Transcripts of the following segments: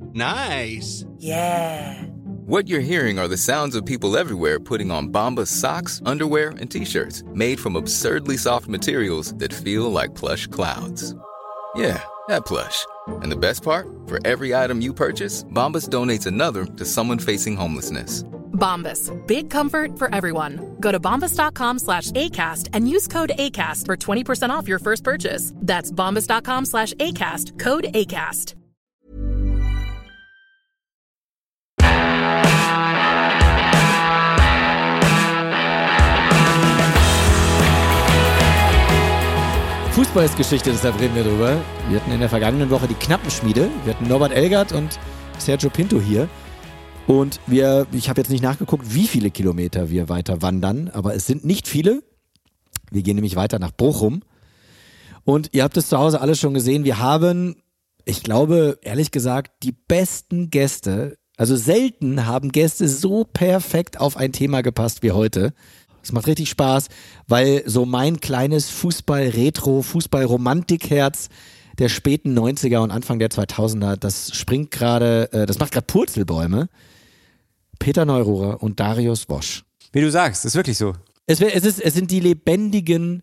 Nice. Yeah. What you're hearing are the sounds of people everywhere putting on Bombas socks, underwear, and T-shirts made from absurdly soft materials that feel like plush clouds. Yeah, that plush. And the best part? For every item you purchase, Bombas donates another to someone facing homelessness. Bombas. Big comfort for everyone. Go to bombas.com/ACAST and use code ACAST for 20% off your first purchase. That's bombas.com/ACAST. Code ACAST. Fußball ist Geschichte, deshalb reden wir drüber. Wir hatten in der vergangenen Woche die Knappenschmiede. Wir hatten Norbert Elgert und Sergio Pinto hier. Und ich habe jetzt nicht nachgeguckt, wie viele Kilometer wir weiter wandern, aber es sind nicht viele. Wir gehen nämlich weiter nach Bochum. Und ihr habt es zu Hause alles schon gesehen. Wir haben, ich glaube, ehrlich gesagt, die besten Gäste. Also selten haben Gäste so perfekt auf ein Thema gepasst wie heute. Es macht richtig Spaß, weil so mein kleines Fußball-Retro-Fußball-Romantik-Herz der späten 90er und Anfang der 2000er, das macht gerade Purzelbäume. Peter Neururer und Dariusz Wosch. Wie du sagst, ist wirklich so. Es sind die lebendigen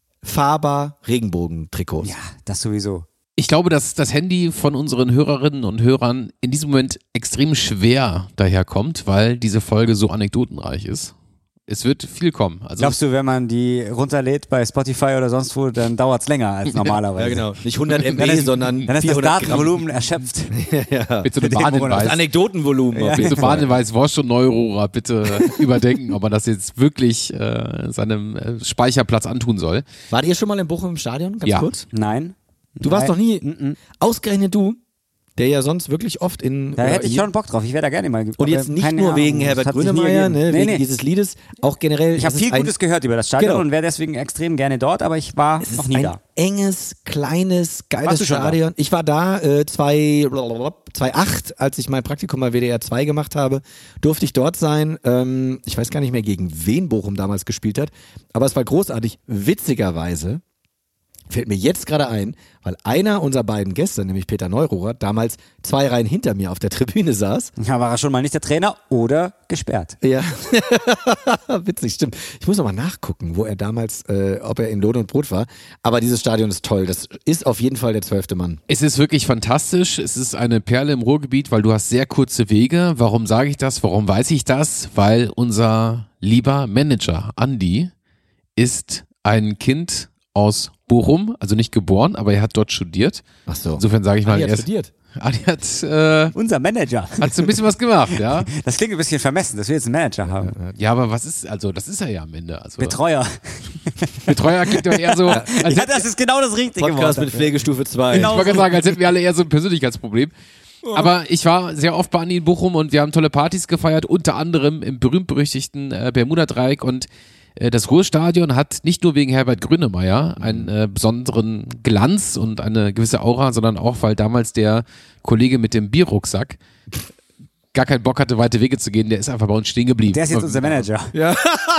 Faber-Regenbogen-Trikots. Ja, das sowieso. Ich glaube, dass das Handy von unseren Hörerinnen und Hörern in diesem Moment extrem schwer daherkommt, weil diese Folge so anekdotenreich ist. Es wird viel kommen. Also glaubst du, wenn man die runterlädt bei Spotify oder sonst wo, dann dauert es länger als normalerweise? Ja, genau. Nicht 100 MB, sondern dann ist 400 das Datenvolumen erschöpft. Ja. Mit so einem Warnhinweis. Das Anekdotenvolumen. Ja. Mit so einem Warnhinweis, Wosch und Neururer bitte überdenken, ob man das jetzt wirklich seinem Speicherplatz antun soll. Wart ihr schon mal in Bochum im Stadion? Ganz kurz? Nein. Du warst noch nie? Ausgerechnet du? Der ja sonst wirklich oft Da hätte ich schon Bock drauf, ich wäre da gerne mal. Und jetzt nicht nur wegen Herbert Grönemeyer, wegen dieses Liedes, auch generell. Ich habe viel Gutes gehört über das Stadion und wäre deswegen extrem gerne dort, aber ich war noch nie da. Enges, kleines, geiles Stadion. Ich war da 2008, als ich mein Praktikum bei WDR 2 gemacht habe, durfte ich dort sein. Ich weiß gar nicht mehr, gegen wen Bochum damals gespielt hat, aber es war großartig. Witzigerweise fällt mir jetzt gerade ein, weil einer unserer beiden Gäste, nämlich Peter Neururer, damals 2 Reihen hinter mir auf der Tribüne saß. Ja, war er schon mal nicht der Trainer oder gesperrt. Ja, witzig, stimmt. Ich muss noch mal nachgucken, wo er damals, ob er in Lohn und Brot war. Aber dieses Stadion ist toll. Das ist auf jeden Fall der 12. Mann. Es ist wirklich fantastisch. Es ist eine Perle im Ruhrgebiet, weil du hast sehr kurze Wege. Warum sage ich das? Warum weiß ich das? Weil unser lieber Manager, Andi, ist ein Kind aus Bochum, also nicht geboren, aber er hat dort studiert. Ach so. Insofern sage ich mal, er hat studiert. Adi hat unser Manager. Hat so ein bisschen was gemacht, ja. Das klingt ein bisschen vermessen, dass wir jetzt einen Manager haben. Ja, aber was ist, also das ist er ja am Ende. Also, Betreuer. Betreuer klingt doch eher so. Ja, das ist genau das richtige Podcast Wort. mit Pflegestufe 2. Genau. Ich wollte gerade sagen, als hätten wir alle eher so ein Persönlichkeitsproblem. Oh. Aber ich war sehr oft bei Andi in Bochum und wir haben tolle Partys gefeiert, unter anderem im berühmt-berüchtigten Bermuda-Dreieck und das Ruhrstadion hat nicht nur wegen Herbert Grönemeyer einen besonderen Glanz und eine gewisse Aura, sondern auch, weil damals der Kollege mit dem Bierrucksack gar keinen Bock hatte, weite Wege zu gehen, der ist einfach bei uns stehen geblieben. Der ist jetzt unser Manager. Ja.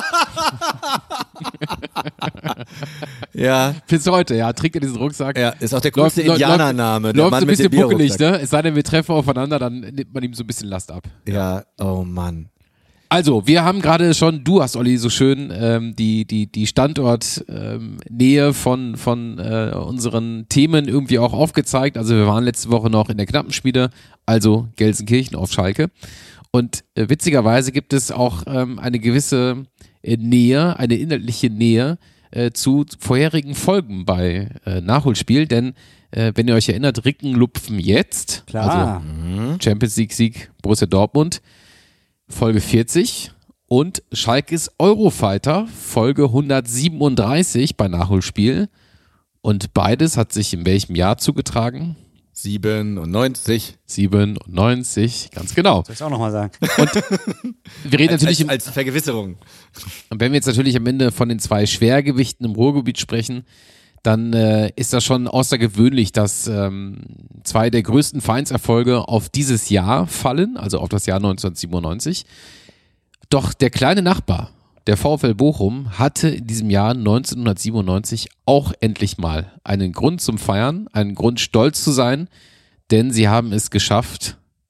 Ja. Bis heute, ja, trägt er diesen Rucksack. Ja, ist auch der coolste Indianername. Der läuft Mann so ein mit dem bisschen buckelig, Bierrucksack. ne? Es sei denn, wir treffen aufeinander, dann nimmt man ihm so ein bisschen Last ab. Ja, oh Mann. Also, wir haben gerade schon, du hast, Olli, so schön die Standortnähe von unseren Themen irgendwie auch aufgezeigt. Also wir waren letzte Woche noch in der Knappenschmiede, also Gelsenkirchen auf Schalke. Und witzigerweise gibt es auch eine gewisse Nähe, eine inhaltliche Nähe zu vorherigen Folgen bei Nachholspiel. Denn wenn ihr euch erinnert, Ricken lupfen jetzt, Klar. Also Champions League Sieg Borussia Dortmund, Folge 40 und Schalkes Eurofighter, Folge 137 bei Nachholspiel. Und beides hat sich in welchem Jahr zugetragen? 97. 97, ganz genau. Soll ich auch nochmal sagen? Und wir reden natürlich als Vergewisserung. Und wenn wir jetzt natürlich am Ende von den 2 Schwergewichten im Ruhrgebiet sprechen, dann ist das schon außergewöhnlich, dass 2 der größten Vereinserfolge auf dieses Jahr fallen, also auf das Jahr 1997. Doch der kleine Nachbar, der VfL Bochum, hatte in diesem Jahr 1997 auch endlich mal einen Grund zum Feiern, einen Grund stolz zu sein, denn sie haben es geschafft,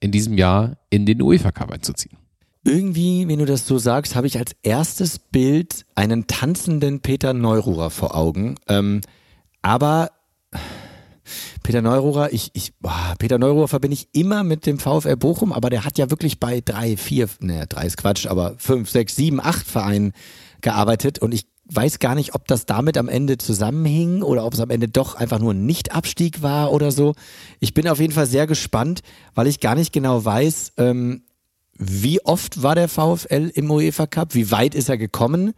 in diesem Jahr in den UEFA Cup einzuziehen. Irgendwie, wenn du das so sagst, habe ich als erstes Bild einen tanzenden Peter Neururer vor Augen. Aber Peter Neururer, Peter Neururer verbinde ich immer mit dem VfL Bochum, aber der hat ja wirklich bei 3 ist Quatsch, aber 5, 6, 7, 8 Vereinen gearbeitet und ich weiß gar nicht, ob das damit am Ende zusammenhing oder ob es am Ende doch einfach nur ein Nicht-Abstieg war oder so. Ich bin auf jeden Fall sehr gespannt, weil ich gar nicht genau weiß, wie oft war der VfL im UEFA Cup, wie weit ist er gekommen.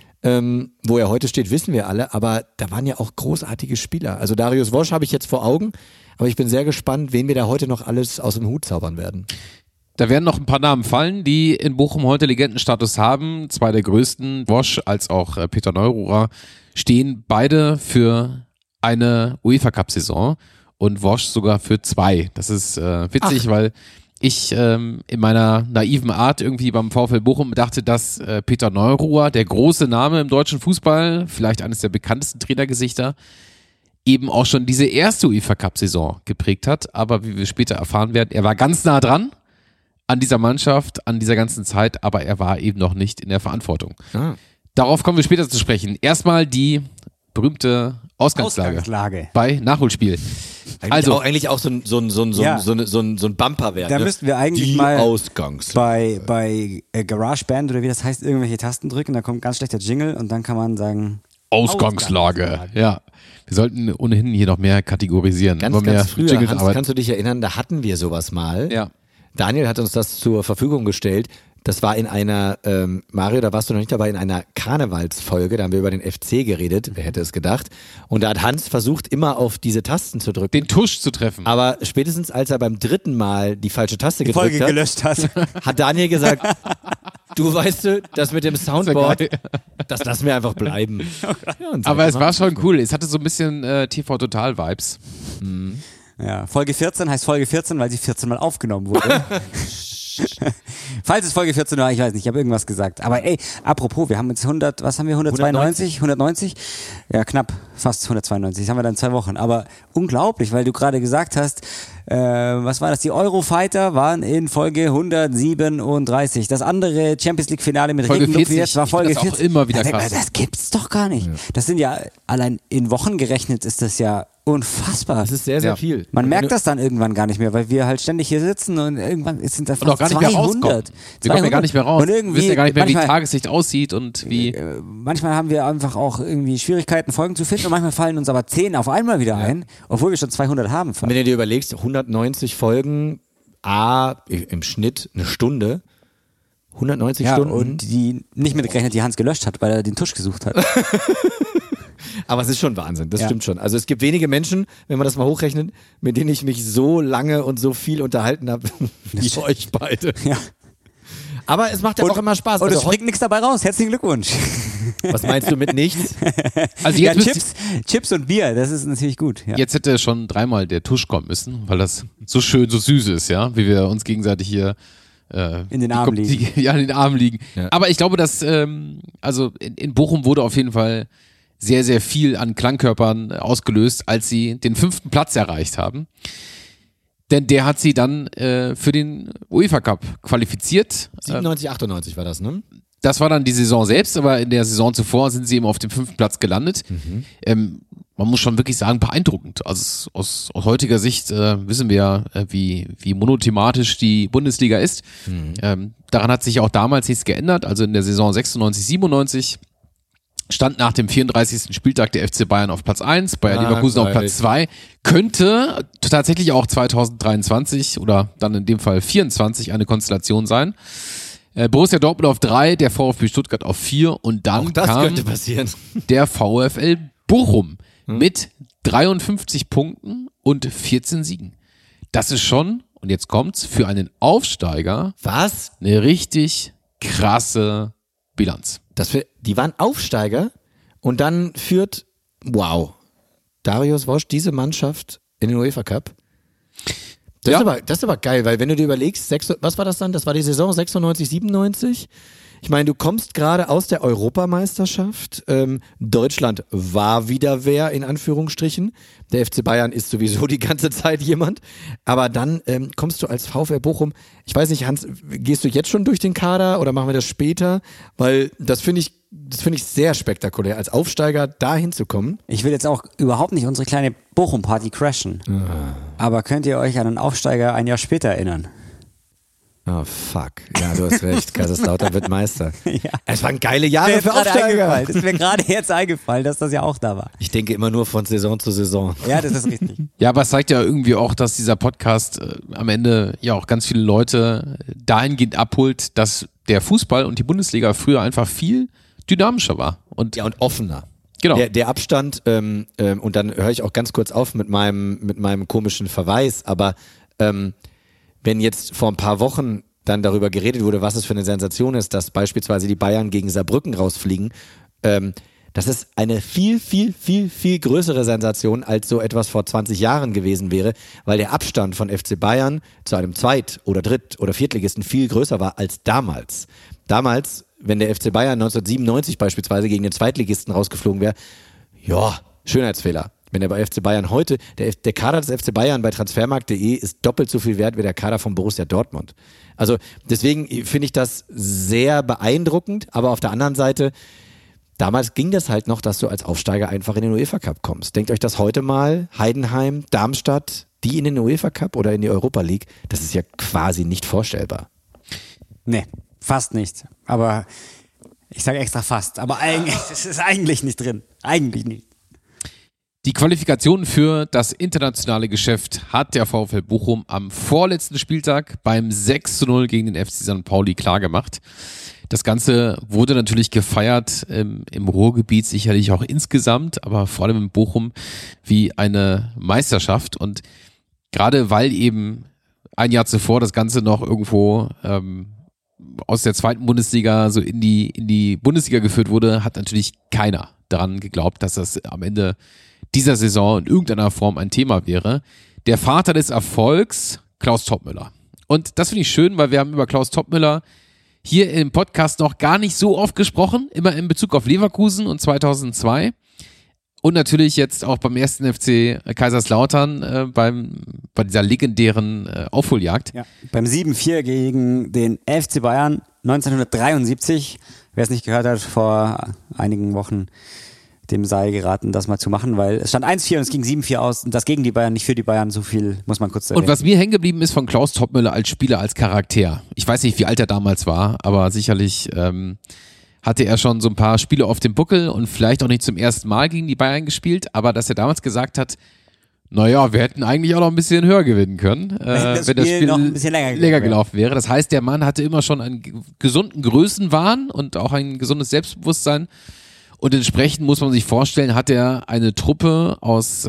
Wo er heute steht, wissen wir alle, aber da waren ja auch großartige Spieler. Also Dariusz Wosch habe ich jetzt vor Augen, aber ich bin sehr gespannt, wen wir da heute noch alles aus dem Hut zaubern werden. Da werden noch ein paar Namen fallen, die in Bochum heute Legendenstatus haben. 2 der größten, Wosch als auch Peter Neururer, stehen beide für eine UEFA Cup Saison und Wosch sogar für 2. Das ist witzig, weil ich in meiner naiven Art irgendwie beim VfL Bochum dachte, dass Peter Neururer, der große Name im deutschen Fußball, vielleicht eines der bekanntesten Trainergesichter, eben auch schon diese erste UEFA Cup Saison geprägt hat. Aber wie wir später erfahren werden, er war ganz nah dran an dieser Mannschaft, an dieser ganzen Zeit, aber er war eben noch nicht in der Verantwortung. Darauf kommen wir später zu sprechen. Erstmal die berühmte Ausgangslage bei Nachholspiel. Eigentlich auch so ein Bumperwert. Da müssten wir eigentlich mal Ausgangslage. bei GarageBand oder wie das heißt, irgendwelche Tasten drücken, da kommt ein ganz schlechter Jingle und dann kann man sagen Ausgangslage. Ja. Wir sollten ohnehin hier noch mehr kategorisieren. Ganz früher, Hans, kannst du dich erinnern, da hatten wir sowas mal. Ja. Daniel hat uns das zur Verfügung gestellt. Das war in einer, Mario, da warst du noch nicht dabei, in einer Karnevalsfolge, da haben wir über den FC geredet, wer hätte es gedacht. Und da hat Hans versucht, immer auf diese Tasten zu drücken. Den Tusch zu treffen. Aber spätestens als er beim 3. Mal die falsche Taste gedrückt Folge gelöscht hat, hat Daniel gesagt, du weißt du, das mit dem Soundboard, das lassen wir einfach bleiben. Ja, aber es war schon cool, es hatte so ein bisschen TV-Total-Vibes. Ja, Folge 14 heißt Folge 14, weil sie 14 Mal aufgenommen wurde. Falls es Folge 14 war, ich weiß nicht, ich habe irgendwas gesagt. Aber ey, apropos, wir haben jetzt 190? Ja, knapp, fast 192. Das haben wir dann in 2 Wochen. Aber unglaublich, weil du gerade gesagt hast, was war das? Die Eurofighter waren in Folge 137. Das andere Champions League Finale mit Folge 40 war Folge 40. Auch immer wieder krass. Das gibt's doch gar nicht. Ja. Das sind ja, allein in Wochen gerechnet ist das ja unfassbar. Das ist sehr, sehr viel. Man merkt das dann irgendwann gar nicht mehr, weil wir halt ständig hier sitzen und irgendwann sind das fast auch gar 200. Wir kommen ja gar nicht mehr raus. Und irgendwie, wir wissen ja gar nicht mehr, wie Tageslicht aussieht und wie. Manchmal haben wir einfach auch irgendwie Schwierigkeiten, Folgen zu finden und manchmal fallen uns aber 10 auf einmal wieder ein, obwohl wir schon 200 haben. Wenn du dir überlegst, 190 Folgen, im Schnitt eine Stunde, 190 Stunden. Und die nicht mitgerechnet, die Hans gelöscht hat, weil er den Tusch gesucht hat. Aber es ist schon Wahnsinn, das stimmt schon. Also es gibt wenige Menschen, wenn man das mal hochrechnet, mit denen ich mich so lange und so viel unterhalten habe wie euch beide. Ja. Aber es macht ja auch immer Spaß. Und es springt nichts dabei raus. Herzlichen Glückwunsch. Was meinst du mit nichts? Also jetzt Chips und Bier, das ist natürlich gut. Ja. Jetzt hätte schon 3-mal der Tusch kommen müssen, weil das so schön, so süß ist, ja, wie wir uns gegenseitig hier in den Armen liegen. Ja, in den Armen liegen. Ja. Aber ich glaube, dass also in Bochum wurde auf jeden Fall sehr, sehr viel an Klangkörpern ausgelöst, als sie den 5. Platz erreicht haben. Denn der hat sie dann für den UEFA Cup qualifiziert. 97, 98 war das, ne? Das war dann die Saison selbst, aber in der Saison zuvor sind sie eben auf dem 5. Platz gelandet. Man muss schon wirklich sagen, beeindruckend. Also aus heutiger Sicht wissen wir ja, wie monothematisch die Bundesliga ist. Daran hat sich auch damals nichts geändert. Also in der Saison 96, 97 stand nach dem 34. Spieltag der FC Bayern auf Platz 1, Bayer Leverkusen auf Platz 2. Könnte tatsächlich auch 2023 oder dann in dem Fall 24 eine Konstellation sein. Borussia Dortmund auf 3, der VfB Stuttgart auf 4 und dann kam der VfL Bochum mit 53 Punkten und 14 Siegen. Das ist schon, und jetzt kommt's, für einen Aufsteiger eine richtig krasse Bilanz. Die waren Aufsteiger und dann führt, Dariusz Wosch diese Mannschaft in den UEFA Cup. Das ist aber geil, weil wenn du dir überlegst, was war das dann? Das war die Saison 96, 97. Ich meine, du kommst gerade aus der Europameisterschaft. Deutschland war wieder wer, in Anführungsstrichen. Der FC Bayern ist sowieso die ganze Zeit jemand. Aber dann kommst du als VfL Bochum, ich weiß nicht, Hans, gehst du jetzt schon durch den Kader oder machen wir das später? Weil das finde ich sehr spektakulär, als Aufsteiger da hinzukommen. Ich will jetzt auch überhaupt nicht unsere kleine Bochum-Party crashen. Aber könnt ihr euch an einen Aufsteiger ein Jahr später erinnern? Oh, fuck. Ja, du hast recht. Kaiserslautern wird Meister. Ja. Es waren geile Jahre für Aufsteiger. Es ist mir gerade jetzt eingefallen, dass das ja auch da war. Ich denke immer nur von Saison zu Saison. Ja, das ist richtig. Ja, aber es zeigt ja irgendwie auch, dass dieser Podcast am Ende ja auch ganz viele Leute dahingehend abholt, dass der Fußball und die Bundesliga früher einfach viel dynamischer war. Und offener. Genau. Der Abstand, und dann höre ich auch ganz kurz auf mit meinem komischen Verweis, aber wenn jetzt vor ein paar Wochen dann darüber geredet wurde, was es für eine Sensation ist, dass beispielsweise die Bayern gegen Saarbrücken rausfliegen, das ist eine viel, viel, viel, viel größere Sensation, als so etwas vor 20 Jahren gewesen wäre, weil der Abstand von FC Bayern zu einem Zweit- oder Dritt- oder Viertligisten viel größer war als damals. Damals, wenn der FC Bayern 1997 beispielsweise gegen den Zweitligisten rausgeflogen wäre, ja, Schönheitsfehler. Wenn er bei FC Bayern heute, der Kader des FC Bayern bei transfermarkt.de ist doppelt so viel wert wie der Kader von Borussia Dortmund. Also deswegen finde ich das sehr beeindruckend, aber auf der anderen Seite, damals ging das halt noch, dass du als Aufsteiger einfach in den UEFA Cup kommst. Denkt euch das heute mal, Heidenheim, Darmstadt, die in den UEFA Cup oder in die Europa League, das ist ja quasi nicht vorstellbar. Nee, fast nicht. Aber ich sage extra fast, aber es ist eigentlich nicht drin. Eigentlich nicht. die Qualifikation für das internationale Geschäft hat der VfL Bochum am vorletzten Spieltag beim 6:0 gegen den FC St. Pauli klargemacht. Das Ganze wurde natürlich gefeiert im Ruhrgebiet, sicherlich auch insgesamt, aber vor allem in Bochum wie eine Meisterschaft. Und gerade weil eben ein Jahr zuvor das Ganze noch irgendwo aus der zweiten Bundesliga so in die Bundesliga geführt wurde, hat natürlich keiner daran geglaubt, dass das am Ende dieser Saison in irgendeiner Form ein Thema wäre. Der Vater des Erfolgs, Klaus Toppmöller. Und das finde ich schön, weil wir haben über Klaus Toppmöller hier im Podcast noch gar nicht so oft gesprochen, immer in Bezug auf Leverkusen und 2002 und natürlich jetzt auch beim ersten FC Kaiserslautern bei dieser legendären Aufholjagd. Ja, beim 7:4 gegen den FC Bayern 1973. Wer es nicht gehört hat, vor einigen Wochen, dem sei geraten, das mal zu machen, weil es stand 1:4 und es ging 7:4 aus und das gegen die Bayern, nicht für die Bayern, so viel muss man kurz erwähnen. Und was mir hängen geblieben ist von Klaus Toppmöller als Spieler, als Charakter. Ich weiß nicht, wie alt er damals war, aber sicherlich hatte er schon so ein paar Spiele auf dem Buckel und vielleicht auch nicht zum ersten Mal gegen die Bayern gespielt, aber dass er damals gesagt hat, naja, wir hätten eigentlich auch noch ein bisschen höher gewinnen können, wenn das Spiel noch ein bisschen länger gelaufen wäre. Das heißt, der Mann hatte immer schon einen gesunden Größenwahn und auch ein gesundes Selbstbewusstsein. Und entsprechend muss man sich vorstellen, hat er eine Truppe aus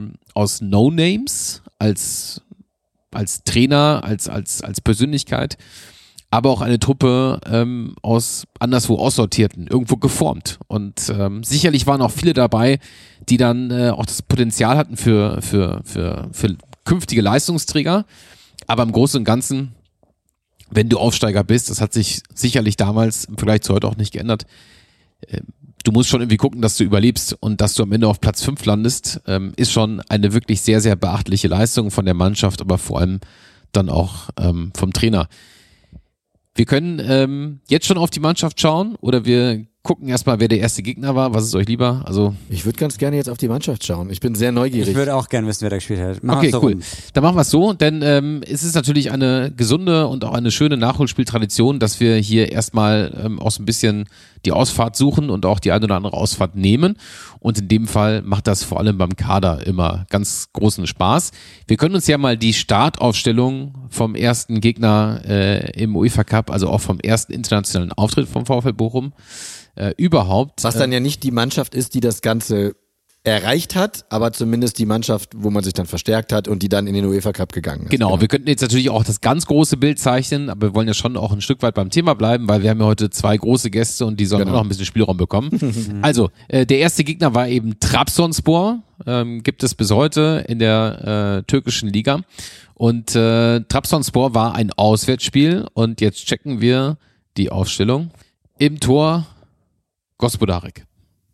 No-Names als Trainer, als Persönlichkeit, aber auch eine Truppe aus anderswo aussortierten, irgendwo geformt. Und sicherlich waren auch viele dabei, die dann auch das Potenzial hatten für künftige Leistungsträger. Aber im Großen und Ganzen, wenn du Aufsteiger bist, das hat sich sicherlich damals im Vergleich zu heute auch nicht geändert, du musst schon irgendwie gucken, dass du überlebst und dass du am Ende auf Platz 5 landest, ist schon eine wirklich sehr, sehr beachtliche Leistung von der Mannschaft, aber vor allem dann auch vom Trainer. Wir können jetzt schon auf die Mannschaft schauen oder wir gucken erstmal, wer der erste Gegner war. Was ist euch lieber? Also Ich würde ganz gerne jetzt auf die Mannschaft schauen. Ich bin sehr neugierig. Ich würde auch gerne wissen, wer da gespielt hat. Okay, cool. Dann machen wir es so, denn es ist natürlich eine gesunde und auch eine schöne Nachholspieltradition, dass wir hier erstmal auch so ein bisschen die Ausfahrt suchen und auch die eine oder andere Ausfahrt nehmen. Und in dem Fall macht das vor allem beim Kader immer ganz großen Spaß. Wir können uns ja mal die Startaufstellung vom ersten Gegner im UEFA Cup, also auch vom ersten internationalen Auftritt vom VfL Bochum, überhaupt. Was dann ja nicht die Mannschaft ist, die das Ganze erreicht hat, aber zumindest die Mannschaft, wo man sich dann verstärkt hat und die dann in den UEFA Cup gegangen ist. Genau, wir könnten jetzt natürlich auch das ganz große Bild zeichnen, aber wir wollen ja schon auch ein Stück weit beim Thema bleiben, weil wir haben ja heute zwei große Gäste und die sollen auch noch ein bisschen Spielraum bekommen. Also, der erste Gegner war eben Trabzonspor, gibt es bis heute in der türkischen Liga und Trabzonspor war ein Auswärtsspiel und jetzt checken wir die Aufstellung. Im Tor Gospodarek.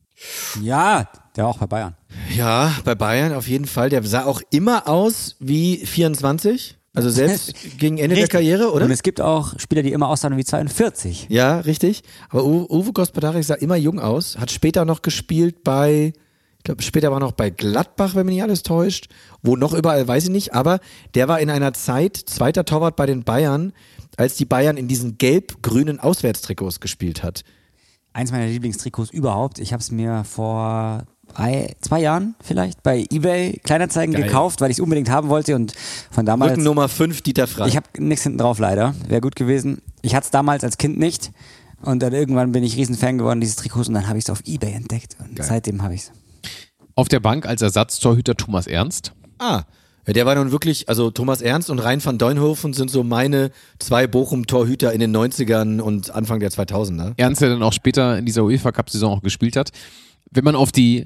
Ja, der war auch bei Bayern. Ja, bei Bayern auf jeden Fall. Der sah auch immer aus wie 24. Also selbst gegen Ende der Karriere, oder? Und es gibt auch Spieler, die immer aussahen wie 42. Ja, richtig. Aber Uwe Gospodarek sah immer jung aus. Hat später noch gespielt bei, ich glaube, später war noch bei Gladbach, wenn mich nicht alles täuscht. Wo noch überall, weiß ich nicht. Aber der war in einer Zeit zweiter Torwart bei den Bayern, als die Bayern in diesen gelb-grünen Auswärtstrikots gespielt hat. Eins meiner Lieblingstrikots überhaupt. Ich habe es mir vor 2 Jahren vielleicht bei eBay Kleinanzeigen gekauft, weil ich es unbedingt haben wollte und von damals... Rücken Nummer 5, Dieter Frey. Ich habe nichts hinten drauf leider, wäre gut gewesen. Ich hatte es damals als Kind nicht und dann irgendwann bin ich Riesenfan geworden dieses Trikots und dann habe ich es auf eBay entdeckt und seitdem habe ich es. Auf der Bank als Ersatztorhüter Thomas Ernst. Ja, der war nun wirklich, also Thomas Ernst und Rein van Duijnhoven sind so meine 2 Bochum-Torhüter in den 90ern und Anfang der 2000er. Ernst, der dann auch später in dieser UEFA-Cup-Saison auch gespielt hat. Wenn man auf die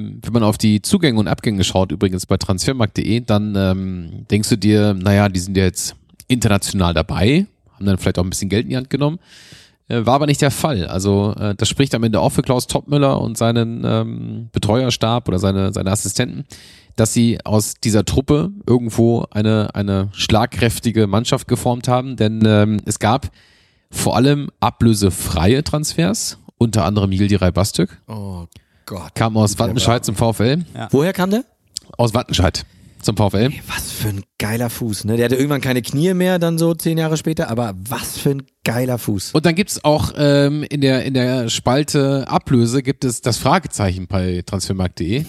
Zugänge und Abgänge schaut, übrigens bei transfermarkt.de, dann denkst du dir, naja, die sind ja jetzt international dabei, haben dann vielleicht auch ein bisschen Geld in die Hand genommen. War aber nicht der Fall. Also das spricht am Ende auch für Klaus Toppmöller und seinen Betreuerstab oder seine Assistenten, dass sie aus dieser Truppe irgendwo eine schlagkräftige Mannschaft geformt haben, denn es gab vor allem ablösefreie Transfers, unter anderem Yildiray Bastük. Oh Gott. Kam aus Wattenscheid zum VfL. Ja. Woher kam der? Aus Wattenscheid zum VfL. Ey, was für ein geiler Fuß, ne? Der hatte irgendwann keine Knie mehr, dann so 10 Jahre später, aber was für ein geiler Fuß. Und dann gibt's auch in der Spalte Ablöse gibt es das Fragezeichen bei transfermarkt.de.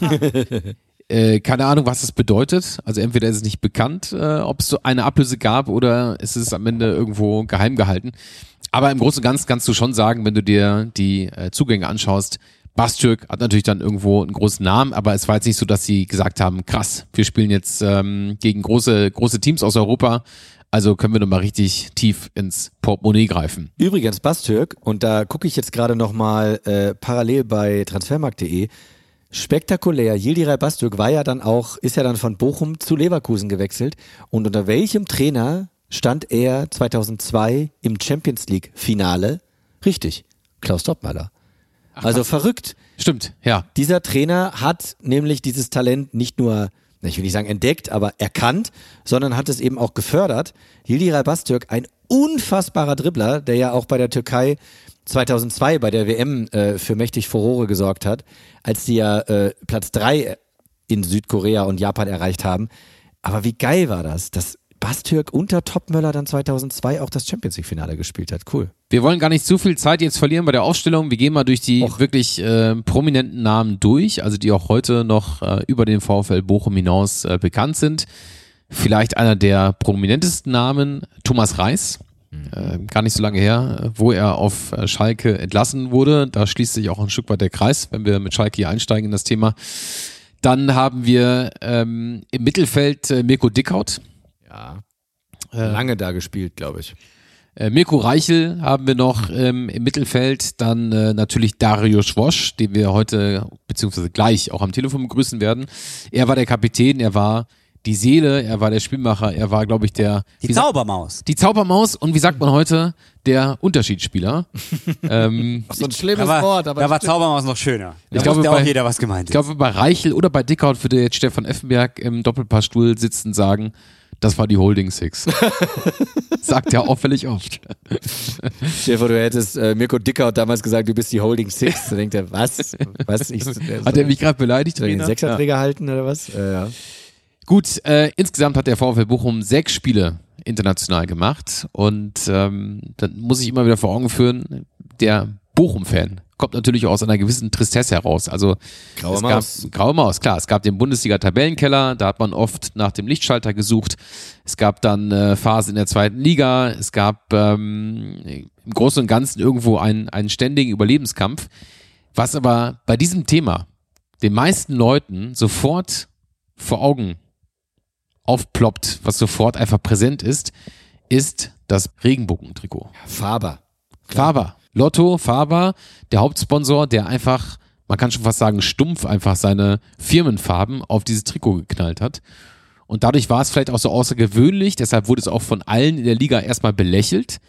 Keine Ahnung, was das bedeutet. Also entweder ist es nicht bekannt, ob es so eine Ablöse gab oder ist es am Ende irgendwo geheim gehalten. Aber im Großen und Ganzen kannst du schon sagen, wenn du dir die Zugänge anschaust, Bastük hat natürlich dann irgendwo einen großen Namen, aber es war jetzt nicht so, dass sie gesagt haben, krass, wir spielen jetzt gegen große Teams aus Europa, also können wir nochmal richtig tief ins Portemonnaie greifen. Übrigens, Bastük, und da gucke ich jetzt gerade nochmal parallel bei transfermarkt.de, spektakulär, Yildiray Bastük ist ja dann von Bochum zu Leverkusen gewechselt und unter welchem Trainer stand er 2002 im Champions League Finale? Richtig, Klaus Toppmöller. Also verrückt. Stimmt, ja. Dieser Trainer hat nämlich dieses Talent nicht nur, ich will nicht sagen entdeckt, aber erkannt, sondern hat es eben auch gefördert. Yildiray Bastük, ein unfassbarer Dribbler, der ja auch bei der Türkei 2002 bei der WM für mächtig Furore gesorgt hat, als die ja Platz 3 in Südkorea und Japan erreicht haben. Aber wie geil war das, dass Bastük unter Toppmöller dann 2002 auch das Champions League Finale gespielt hat. Cool. Wir wollen gar nicht zu viel Zeit jetzt verlieren bei der Aufstellung. Wir gehen mal durch die wirklich prominenten Namen durch, also die auch heute noch über den VfL Bochum hinaus bekannt sind. Vielleicht einer der prominentesten Namen, Thomas Reis. Gar nicht so lange her, wo er auf Schalke entlassen wurde. Da schließt sich auch ein Stück weit der Kreis, wenn wir mit Schalke hier einsteigen in das Thema. Dann haben wir im Mittelfeld Mirko Dickhaut. Ja, lange da gespielt, glaube ich. Mirko Reichel haben wir noch im Mittelfeld, dann natürlich Dario Schwosch, den wir heute beziehungsweise gleich auch am Telefon begrüßen werden. Er war der Kapitän, er war die Seele, er war der Spielmacher, er war, glaube ich, die Zaubermaus. Die Zaubermaus und wie sagt man heute, der Unterschiedsspieler. So ein schlimmes Wort, aber da war Zaubermaus noch schöner. Ich glaube, auch jeder was gemeint ist. Ich glaube, bei Reichel oder bei Dickhaut würde jetzt Stefan Effenberg im Doppelpassstuhl sitzen und sagen, das war die Holding Six. Sagt er auffällig oft. Stefan, du hättest Mirko Dickhaut damals gesagt, du bist die Holding Six. Da denkt er, was? Hat er mich gerade beleidigt? Soll ich den Sechserträger halten oder was? Ja. Gut, insgesamt hat der VfL Bochum 6 Spiele international gemacht und dann muss ich immer wieder vor Augen führen, der Bochum-Fan kommt natürlich auch aus einer gewissen Tristesse heraus. Also Graue Maus, klar. Es gab den Bundesliga-Tabellenkeller, da hat man oft nach dem Lichtschalter gesucht. Es gab dann Phasen in der 2. Liga. Es gab im Großen und Ganzen irgendwo einen ständigen Überlebenskampf. Was aber bei diesem Thema den meisten Leuten sofort vor Augen aufploppt, was sofort einfach präsent ist das Regenbogen-Trikot. Faber. Faber. Lotto, Faber, der Hauptsponsor, der einfach, man kann schon fast sagen, stumpf einfach seine Firmenfarben auf dieses Trikot geknallt hat. Und dadurch war es vielleicht auch so außergewöhnlich, deshalb wurde es auch von allen in der Liga erstmal belächelt.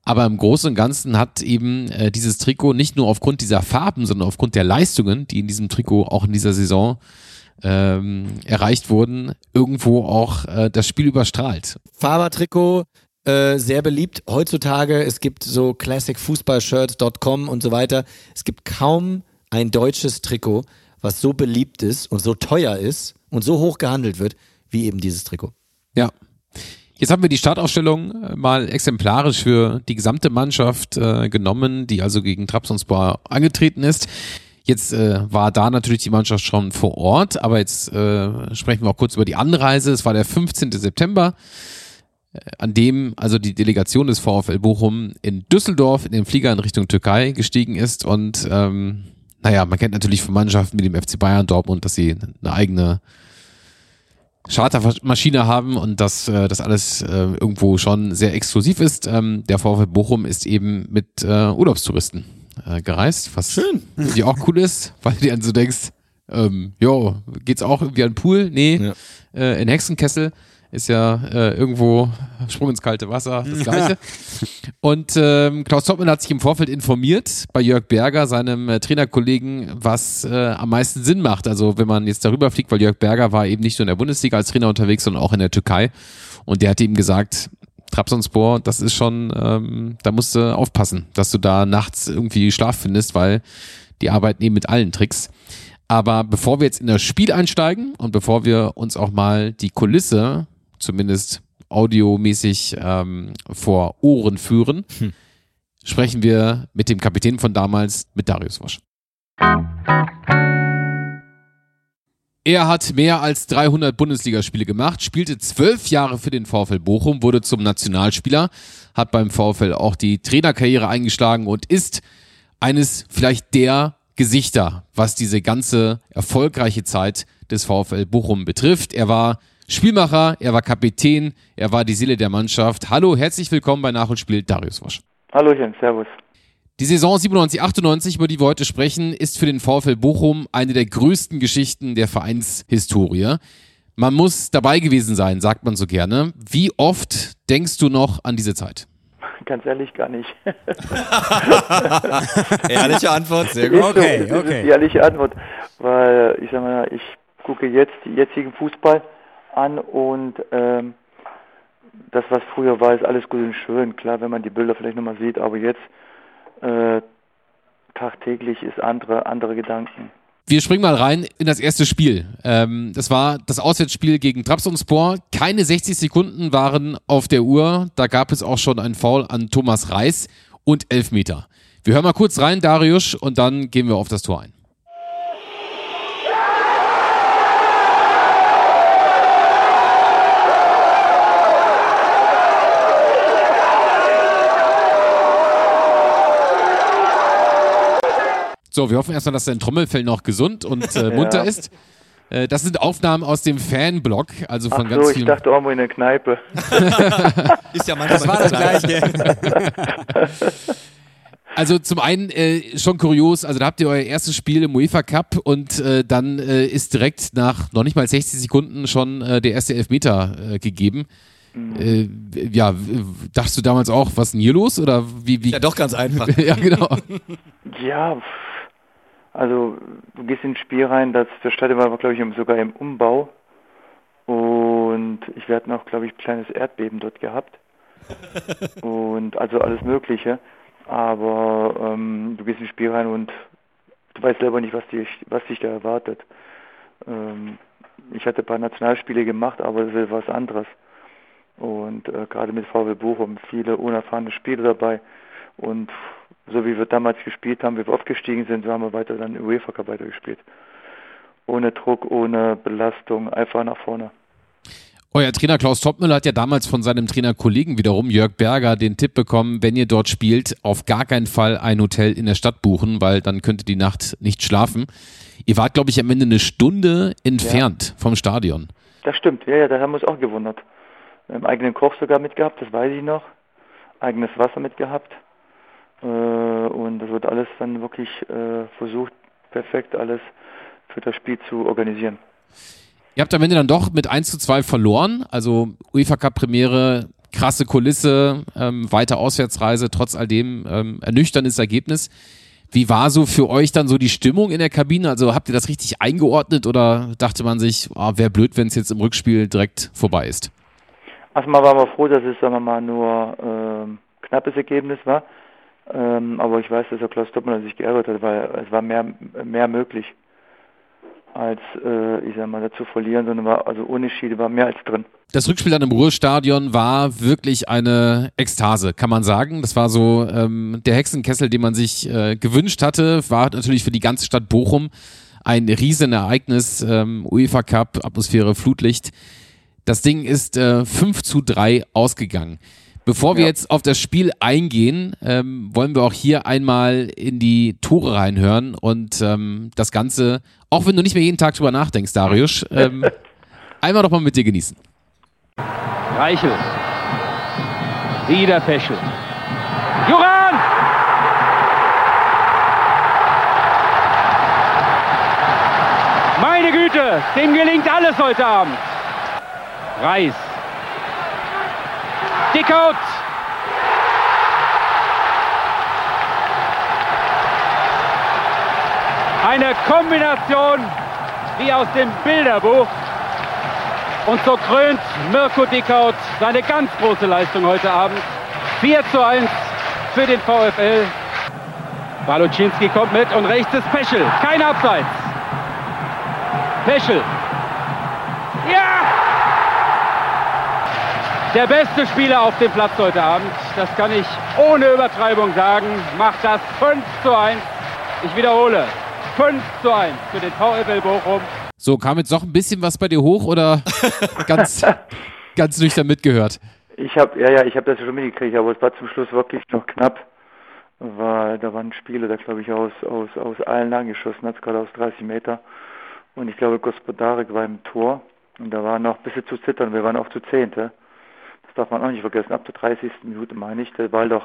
Aber im Großen und Ganzen hat eben dieses Trikot nicht nur aufgrund dieser Farben, sondern aufgrund der Leistungen, die in diesem Trikot auch in dieser Saison erreicht wurden, irgendwo auch das Spiel überstrahlt. Faber-Trikot, sehr beliebt heutzutage. Es gibt so classicfußballshirts.com und so weiter. Es gibt kaum ein deutsches Trikot, was so beliebt ist und so teuer ist und so hoch gehandelt wird, wie eben dieses Trikot. Ja. Jetzt haben wir die Startaufstellung mal exemplarisch für die gesamte Mannschaft genommen, die also gegen Trabzonspor angetreten ist. Jetzt war da natürlich die Mannschaft schon vor Ort, aber jetzt sprechen wir auch kurz über die Anreise. Es war der 15. September, an dem also die Delegation des VfL Bochum in Düsseldorf in den Flieger in Richtung Türkei gestiegen ist und man kennt natürlich von Mannschaften wie dem FC Bayern, Dortmund, dass sie eine eigene Chartermaschine haben und dass das alles irgendwo schon sehr exklusiv ist. Der VfL Bochum ist eben mit Urlaubstouristen gereist, was schön, die auch cool ist, weil du dann so denkst, geht's auch irgendwie an den Pool? Nee, in Hexenkessel ist ja irgendwo Sprung ins kalte Wasser, das Gleiche. Und Klaus Toppmann hat sich im Vorfeld informiert bei Jörg Berger, seinem Trainerkollegen, was am meisten Sinn macht. Also wenn man jetzt darüber fliegt, weil Jörg Berger war eben nicht nur in der Bundesliga als Trainer unterwegs, sondern auch in der Türkei. Und der hat ihm gesagt, Trabzonspor, das ist schon, da musst du aufpassen, dass du da nachts irgendwie Schlaf findest, weil die arbeiten eben mit allen Tricks. Aber bevor wir jetzt in das Spiel einsteigen und bevor wir uns auch mal die Kulisse, zumindest audiomäßig, vor Ohren führen, sprechen wir mit dem Kapitän von damals, mit Darius Wosch. Er hat mehr als 300 Bundesligaspiele gemacht, spielte 12 Jahre für den VfL Bochum, wurde zum Nationalspieler, hat beim VfL auch die Trainerkarriere eingeschlagen und ist eines vielleicht der Gesichter, was diese ganze erfolgreiche Zeit des VfL Bochum betrifft. Er war Spielmacher, er war Kapitän, er war die Seele der Mannschaft. Hallo, herzlich willkommen bei Nachholspiel, Darius Wosch. Hallöchen, servus. Die Saison 97/98, über die wir heute sprechen, ist für den VfL Bochum eine der größten Geschichten der Vereinshistorie. Man muss dabei gewesen sein, sagt man so gerne. Wie oft denkst du noch an diese Zeit? Ganz ehrlich, gar nicht. Ehrliche Antwort, sehr gut. Okay. Das ist die ehrliche Antwort, weil ich sag mal, ich gucke jetzt den jetzigen Fußball an und das, was früher war, ist alles gut und schön. Klar, wenn man die Bilder vielleicht nochmal sieht, aber jetzt tagtäglich ist andere Gedanken. Wir springen mal rein in das erste Spiel. Das war das Auswärtsspiel gegen Trabzonspor. Keine 60 Sekunden waren auf der Uhr. Da gab es auch schon einen Foul an Thomas Reis und Elfmeter. Wir hören mal kurz rein, Darius, und dann gehen wir auf das Tor ein. So, wir hoffen erstmal, dass dein Trommelfell noch gesund und munter ist. Das sind Aufnahmen aus dem Fanblog, also von ganz vielen. Ich dachte irgendwo in der Kneipe. Ist ja manchmal Das war das Gleiche. Also zum einen schon kurios, also da habt ihr euer erstes Spiel im UEFA Cup und dann ist direkt nach noch nicht mal 60 Sekunden schon der erste Elfmeter gegeben. Dachtest du damals auch, was ist denn hier los? Oder wie? Ja, doch ganz einfach. Ja, genau. Ja, also du gehst ins Spiel rein, das Stadion war, glaube ich, sogar im Umbau und wir hatten auch, glaube ich, ein kleines Erdbeben dort gehabt und also alles Mögliche, aber du gehst ins Spiel rein und du weißt selber nicht, was dich da erwartet. Ich hatte ein paar Nationalspiele gemacht, aber das ist was anderes und gerade mit VfL Bochum viele unerfahrene Spieler dabei und so wie wir damals gespielt haben, wie wir aufgestiegen sind, so haben wir weiter dann UEFA Cup weitergespielt. Ohne Druck, ohne Belastung, einfach nach vorne. Euer Trainer Klaus Toppmöller hat ja damals von seinem Trainerkollegen wiederum, Jörg Berger, den Tipp bekommen, wenn ihr dort spielt, auf gar keinen Fall ein Hotel in der Stadt buchen, weil dann könnt ihr die Nacht nicht schlafen. Ihr wart, glaube ich, am Ende eine Stunde entfernt vom Stadion. Das stimmt, ja, da haben wir uns auch gewundert. Wir haben eigenen Koch sogar mitgehabt, das weiß ich noch. Eigenes Wasser mitgehabt. Und das wird alles dann wirklich versucht, perfekt alles für das Spiel zu organisieren. Ihr habt am Ende dann doch mit 1:2 verloren, also UEFA Cup Premiere krasse Kulisse, weite Auswärtsreise, trotz all dem ernüchterndes Ergebnis. Wie war so für euch dann so die Stimmung in der Kabine? Also habt ihr das richtig eingeordnet oder dachte man sich, wäre blöd, wenn es jetzt im Rückspiel direkt vorbei ist? Erstmal waren wir froh, dass es, sagen wir mal, nur knappes Ergebnis war. Aber ich weiß, dass der Klaus Toppmann sich geärgert hat, weil es war mehr möglich, als ich sag mal, dazu verlieren, sondern also Unentschieden war mehr als drin. Das Rückspiel dann im Ruhrstadion war wirklich eine Ekstase, kann man sagen. Das war so der Hexenkessel, den man sich gewünscht hatte, war natürlich für die ganze Stadt Bochum ein Riesenereignis, UEFA Cup, Atmosphäre, Flutlicht. Das Ding ist 5:3 ausgegangen. Bevor wir jetzt auf das Spiel eingehen, wollen wir auch hier einmal in die Tore reinhören und das Ganze, auch wenn du nicht mehr jeden Tag drüber nachdenkst, Dariusz, einmal doch mal mit dir genießen. Reichel. Wieder Peschel. Juran! Meine Güte, dem gelingt alles heute Abend. Reis. Dickout. Eine Kombination wie aus dem Bilderbuch. Und so krönt Mirko Dickout seine ganz große Leistung heute Abend. 4:1 für den VfL. Balucinski kommt mit und rechts ist Peschel. Kein Abseits. Peschel. Ja! Der beste Spieler auf dem Platz heute Abend, das kann ich ohne Übertreibung sagen, macht das 5:1. Ich wiederhole, 5:1 für den VfL Bochum. So, kam jetzt noch ein bisschen was bei dir hoch oder ganz nüchtern mitgehört? Ich habe das schon mitgekriegt, aber es war zum Schluss wirklich noch knapp, weil da war ein Spieler, der glaube ich aus allen Lagen geschossen hat, gerade aus 30 Meter. Und ich glaube, Gospodarek war im Tor und da war noch ein bisschen zu zittern, wir waren auch zu 10. Das darf man auch nicht vergessen, ab der 30. Minute meine ich, der Ball doch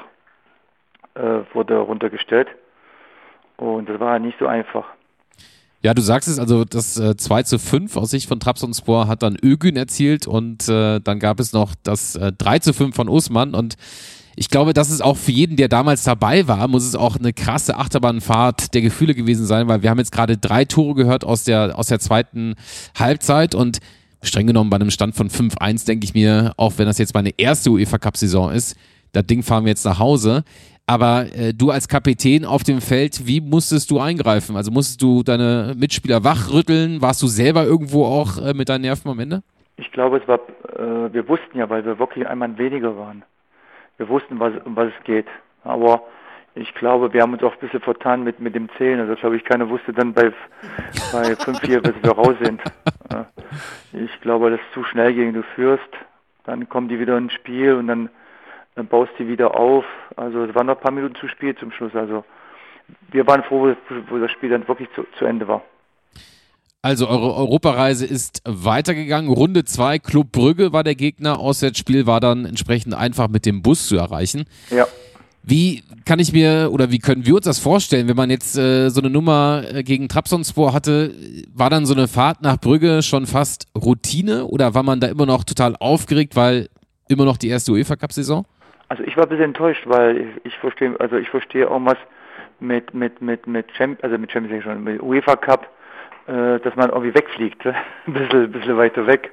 wurde runtergestellt und das war nicht so einfach. Ja, du sagst es, also das 2:5 aus Sicht von Trabzonspor hat dann Özgün erzielt und dann gab es noch das 3:5 von Usman und ich glaube, das ist auch für jeden, der damals dabei war, muss es auch eine krasse Achterbahnfahrt der Gefühle gewesen sein, weil wir haben jetzt gerade 3 Tore gehört aus der zweiten Halbzeit und streng genommen bei einem Stand von 5:1 denke ich mir, auch wenn das jetzt meine erste UEFA-Cup-Saison ist, das Ding fahren wir jetzt nach Hause. Aber du als Kapitän auf dem Feld, wie musstest du eingreifen? Also musstest du deine Mitspieler wachrütteln? Warst du selber irgendwo auch mit deinen Nerven am Ende? Ich glaube, es war, wir wussten ja, weil wir wirklich ein Mann weniger waren. Wir wussten, um was es geht. Aber ich glaube, wir haben uns auch ein bisschen vertan mit dem Zählen. Also glaube ich, keiner wusste dann bei 5:4, bis wir raus sind. Ich glaube, das ist zu schnell gegen du führst. Dann kommen die wieder ins Spiel und dann baust du wieder auf. Also es waren noch ein paar Minuten zu spät zum Schluss. Also wir waren froh, wo das Spiel dann wirklich zu Ende war. Also eure Europareise ist weitergegangen. Runde 2, Club Brügge war der Gegner. Auswärtsspiel war dann entsprechend einfach mit dem Bus zu erreichen. Ja. Wie kann ich mir oder wie können wir uns das vorstellen, wenn man jetzt so eine Nummer gegen Trabzonspor hatte? War dann so eine Fahrt nach Brügge schon fast Routine oder war man da immer noch total aufgeregt, weil immer noch die erste UEFA-Cup-Saison? Also ich war ein bisschen enttäuscht, weil ich verstehe auch was mit Champions League schon, mit UEFA Cup, dass man irgendwie wegfliegt, ein bisschen weiter weg.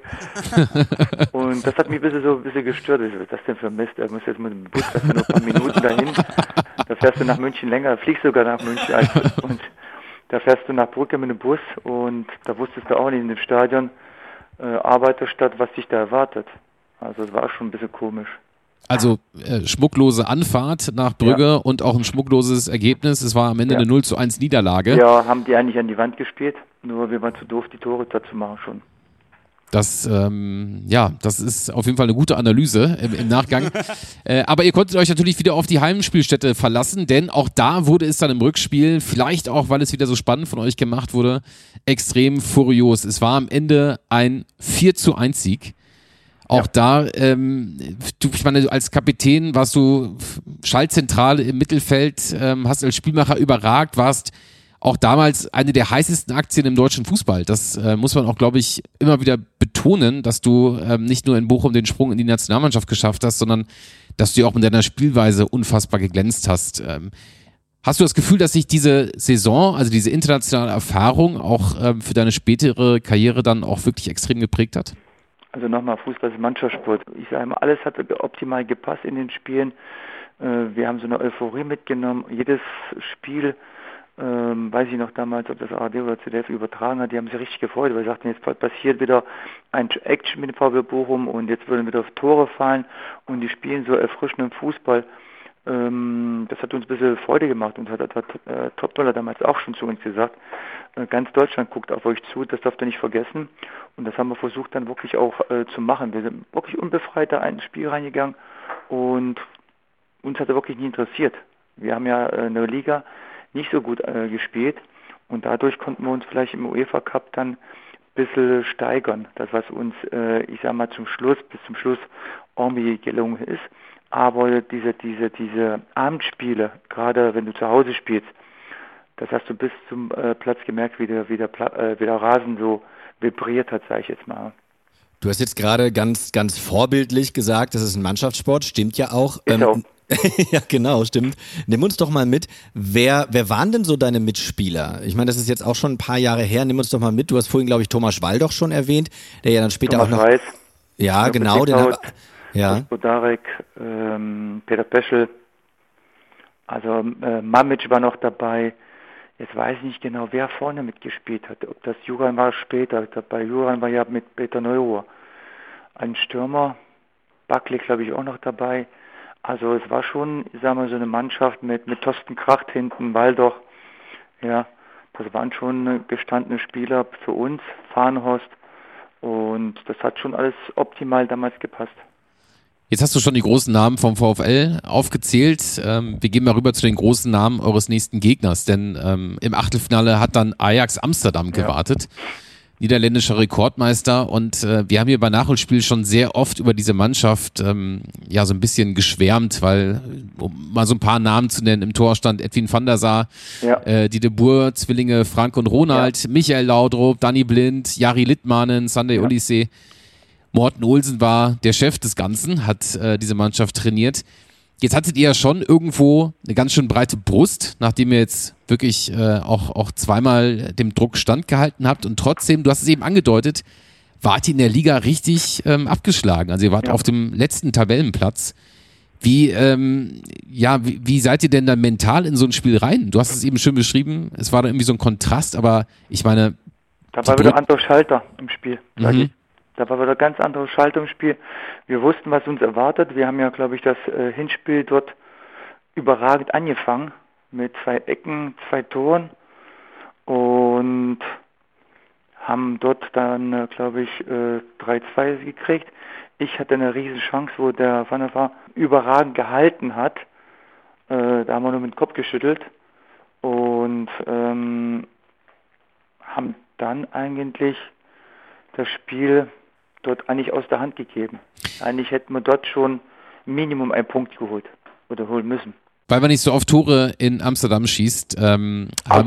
Und das hat mich ein bisschen gestört. Was ist das denn für Mist? Da musst du jetzt mit dem Bus, fährst du noch ein paar Minuten dahin, da fährst du nach München länger, fliegst sogar nach München und da fährst du nach Brügge mit dem Bus und da wusstest du auch nicht in dem Stadion Arbeiterstadt, was dich da erwartet. Also es war schon ein bisschen komisch. Also schmucklose Anfahrt nach Brügge und auch ein schmuckloses Ergebnis. Es war am Ende eine 0:1 Niederlage. Ja, haben die eigentlich an die Wand gespielt, nur wir waren zu doof, die Tore dazu machen schon. Das, das ist auf jeden Fall eine gute Analyse im Nachgang. Aber ihr konntet euch natürlich wieder auf die Heimspielstätte verlassen, denn auch da wurde es dann im Rückspiel, vielleicht auch, weil es wieder so spannend von euch gemacht wurde, extrem furios. Es war am Ende ein 4:1 Sieg. Auch da, ich meine, als Kapitän warst du Schaltzentrale im Mittelfeld, hast als Spielmacher überragt, warst auch damals eine der heißesten Aktien im deutschen Fußball. Das muss man auch, glaube ich, immer wieder betonen, dass du nicht nur in Bochum den Sprung in die Nationalmannschaft geschafft hast, sondern dass du auch mit deiner Spielweise unfassbar geglänzt hast. Hast du das Gefühl, dass sich diese Saison, also diese internationale Erfahrung auch für deine spätere Karriere dann auch wirklich extrem geprägt hat? Also nochmal, Fußball ist Mannschaftssport. Ich sage mal, alles hat optimal gepasst in den Spielen. Wir haben so eine Euphorie mitgenommen. Jedes Spiel, weiß ich noch damals, ob das ARD oder ZDF übertragen hat, die haben sich richtig gefreut, weil sie sagten, jetzt passiert wieder ein Action mit dem VfB Bochum und jetzt würden wieder Tore fallen und die spielen so erfrischenden Fußball. Das hat uns ein bisschen Freude gemacht und hat Topmöller damals auch schon zu uns gesagt, ganz Deutschland guckt auf euch zu, das dürft ihr nicht vergessen und das haben wir versucht dann wirklich auch zu machen. Wir sind wirklich unbefreit da in ein Spiel reingegangen und uns hat er wirklich nie interessiert. Wir haben ja in der Liga nicht so gut gespielt und dadurch konnten wir uns vielleicht im UEFA Cup dann ein bisschen steigern. Das, was uns, ich sag mal, bis zum Schluss irgendwie gelungen ist. Aber diese Abendspiele, gerade wenn du zu Hause spielst, das hast du bis zum Platz gemerkt, wie der Rasen so vibriert hat, sage ich jetzt mal. Du hast jetzt gerade ganz, ganz vorbildlich gesagt, das ist ein Mannschaftssport, stimmt ja auch. Ja, genau, stimmt. Nimm uns doch mal mit, wer waren denn so deine Mitspieler? Ich meine, das ist jetzt auch schon ein paar Jahre her, nimm uns doch mal mit. Du hast vorhin, glaube ich, Thomas Waldoch schon erwähnt, der ja dann später Thomas auch noch... Reis, ja, genau, den ja. Bodarek, Peter Peschel, also Mamic war noch dabei. Jetzt weiß ich nicht genau, wer vorne mitgespielt hat. Ob das Juran war später dabei. Juran war ja mit Peter Neuruhr. Ein Stürmer, Buckley, glaube ich, auch noch dabei. Also es war schon, sagen wir, so eine Mannschaft mit Thorsten Kracht hinten, Waldoch. Ja, das waren schon gestandene Spieler für uns, Farnhorst. Und das hat schon alles optimal damals gepasst. Jetzt hast du schon die großen Namen vom VfL aufgezählt. Wir gehen mal rüber zu den großen Namen eures nächsten Gegners, denn im Achtelfinale hat dann Ajax Amsterdam gewartet. Niederländischer Rekordmeister und wir haben hier bei Nachholspiel schon sehr oft über diese Mannschaft so ein bisschen geschwärmt, weil, um mal so ein paar Namen zu nennen, im Tor stand Edwin van der Sar, die De Boer, Zwillinge Frank und Ronald, Michael Laudrup, Danny Blind, Jari Litmanen, Sunday Oliseh. Morten Olsen war der Chef des Ganzen, hat diese Mannschaft trainiert. Jetzt hattet ihr ja schon irgendwo eine ganz schön breite Brust, nachdem ihr jetzt wirklich auch zweimal dem Druck standgehalten habt und trotzdem, du hast es eben angedeutet, wart ihr in der Liga richtig abgeschlagen. Also ihr wart auf dem letzten Tabellenplatz. Wie seid ihr denn da mental in so ein Spiel rein? Du hast es eben schön beschrieben, es war da irgendwie so ein Kontrast, aber ich meine... Da war wieder ein anderer Schalter im Spiel, sag ich. Da war wieder ganz andere Schaltung im Spiel. Wir wussten, was uns erwartet. Wir haben ja, glaube ich, das Hinspiel dort überragend angefangen mit 2 Ecken, 2 Toren und haben dort dann, glaube ich, 3-2 gekriegt. Ich hatte eine riesen Chance, wo der Van der Vaart überragend gehalten hat. Da haben wir nur mit dem Kopf geschüttelt und haben dann eigentlich das Spiel dort eigentlich aus der Hand gegeben. Eigentlich hätten wir dort schon Minimum einen Punkt geholt oder holen müssen. Weil man nicht so oft Tore in Amsterdam schießt, wir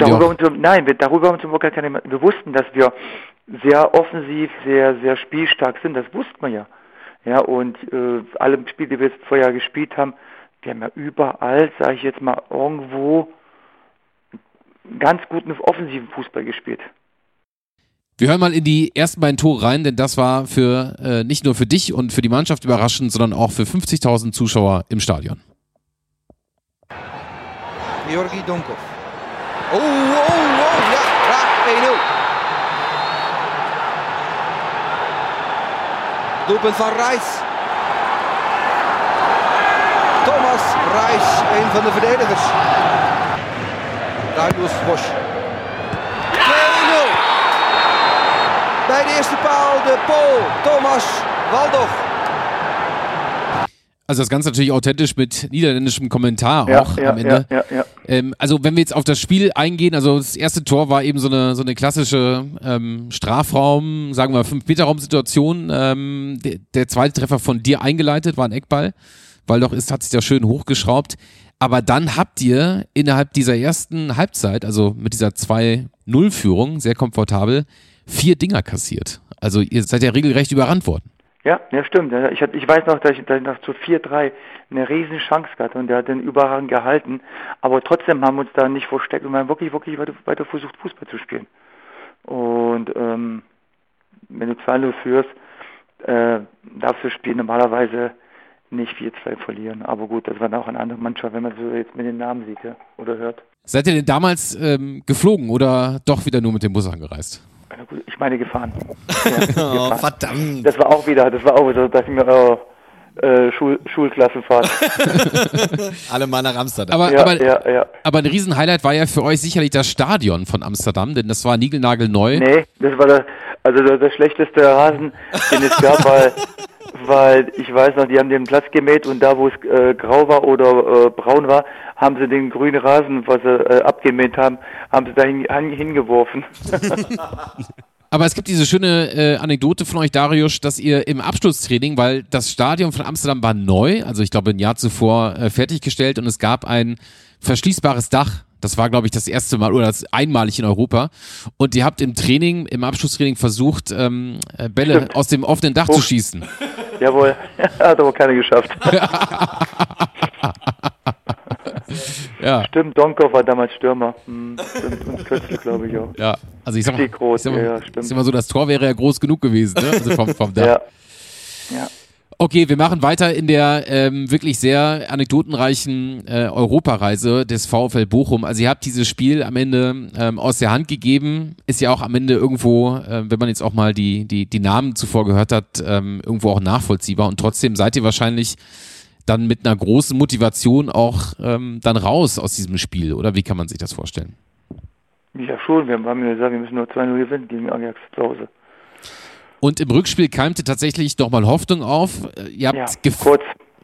wussten, dass wir sehr offensiv, sehr, sehr spielstark sind, das wussten wir ja. Ja, und alle Spiele, die wir jetzt vorher gespielt haben, wir haben ja überall, sage ich jetzt mal, irgendwo ganz guten offensiven Fußball gespielt. Wir hören mal in die ersten beiden Tore rein, denn das war für nicht nur für dich und für die Mannschaft überraschend, sondern auch für 50.000 Zuschauer im Stadion. Georgi Donkov. Ja, raak 1-0. Doelpunt van Reis. Thomas Reis, een van de verdedigers. Darius Bosch. 2-0. Bij de eerste paal de Pool, Thomas Waldoch. Also das Ganze natürlich authentisch mit niederländischem Kommentar Ja, auch ja, am Ende. ja, ja, ja. Also wenn wir jetzt auf das Spiel eingehen, also das erste Tor war eben so eine klassische Strafraum, sagen wir mal 5-Meter-Raum-Situation. Der zweite Treffer von dir eingeleitet, war ein Eckball, weil doch hat sich da schön hochgeschraubt. Aber dann habt ihr innerhalb dieser ersten Halbzeit, also mit dieser 2-0-Führung, sehr komfortabel, 4 Dinger kassiert. Also ihr seid ja regelrecht überrannt worden. Ja, stimmt. Ich weiß noch, dass ich nach zu 4-3 eine riesen Chance hatte und der hat den überragend gehalten. Aber trotzdem haben wir uns da nicht versteckt und wir haben wirklich weiter versucht, Fußball zu spielen. Und wenn du 2-0 führst, darfst du das Spiel normalerweise nicht 4-2 verlieren. Aber gut, das war auch eine andere Mannschaft, wenn man so jetzt mit den Namen sieht, ja, oder hört. Seid ihr denn damals geflogen oder doch wieder nur mit dem Bus angereist? Ich meine gefahren. Oh, verdammt. Das war auch wieder, dass ich mir Schulklassenfahrt. Alle mal nach Amsterdam. Aber ein Riesenhighlight war ja für euch sicherlich das Stadion von Amsterdam, denn das war niegelnagelneu. Nee, das war der schlechteste Rasen, den es gab, weil ich weiß noch, die haben den Platz gemäht und da, wo es grau war oder braun war, haben sie den grünen Rasen, was sie abgemäht haben, sie da hingeworfen. Aber es gibt diese schöne Anekdote von euch, Dariusz, dass ihr im Abschlusstraining, weil das Stadion von Amsterdam war neu, also ich glaube ein Jahr zuvor fertiggestellt und es gab ein verschließbares Dach. Das war, glaube ich, das erste Mal oder das einmalig in Europa. Und ihr habt im Abschlusstraining versucht, Bälle aus dem offenen Dach zu schießen. Jawohl, hat aber keiner geschafft. Ja. Stimmt, Donkov war damals Stürmer. Stimmt, und Kötzl, glaube ich auch. Ja, also ich sag mal, stimmt. ist immer so, das Tor wäre ja groß genug gewesen, ne? Also vom Dach. Ja. Okay, wir machen weiter in der wirklich sehr anekdotenreichen Europareise des VfL Bochum. Also ihr habt dieses Spiel am Ende aus der Hand gegeben. Ist ja auch am Ende irgendwo, wenn man jetzt auch mal die Namen zuvor gehört hat, irgendwo auch nachvollziehbar. Und trotzdem seid ihr wahrscheinlich dann mit einer großen Motivation auch dann raus aus diesem Spiel. Oder wie kann man sich das vorstellen? Ja schon, wir haben ja gesagt, wir müssen nur 2-0 gewinnen gegen Ajax zu Hause. Und im Rückspiel keimte tatsächlich nochmal Hoffnung auf. Ihr habt kurz.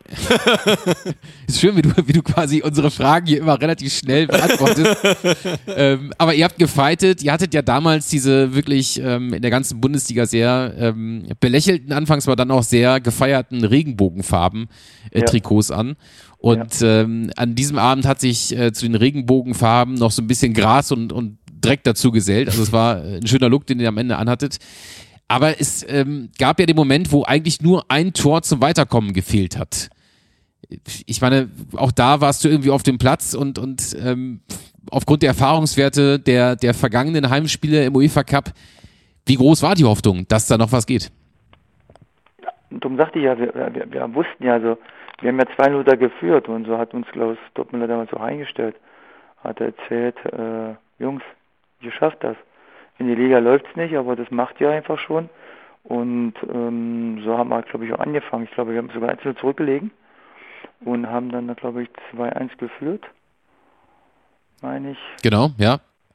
Ist schön, wie du quasi unsere Fragen hier immer relativ schnell beantwortest. Aber ihr habt gefightet. Ihr hattet ja damals diese wirklich in der ganzen Bundesliga sehr belächelten, anfangs aber dann auch sehr gefeierten Regenbogenfarben Trikots an. Und an diesem Abend hat sich zu den Regenbogenfarben noch so ein bisschen Gras und Dreck dazu gesellt. Also es war ein schöner Look, den ihr am Ende anhattet. Aber es gab ja den Moment, wo eigentlich nur ein Tor zum Weiterkommen gefehlt hat. Ich meine, auch da warst du irgendwie auf dem Platz und aufgrund der Erfahrungswerte der vergangenen Heimspiele im UEFA Cup, wie groß war die Hoffnung, dass da noch was geht? Darum sagte ich ja, wir wussten ja, also wir haben ja 2-0 da geführt und so hat uns Klaus Doppmüller damals auch eingestellt. Hat er erzählt, Jungs, ihr schafft das. In die Liga läuft es nicht, aber das macht ihr einfach schon. Und so haben wir, glaube ich, auch angefangen. Ich glaube, wir haben sogar 1-0 zurückgelegen und haben dann, glaube ich, 2-1 geführt, meine ich. Genau, ja.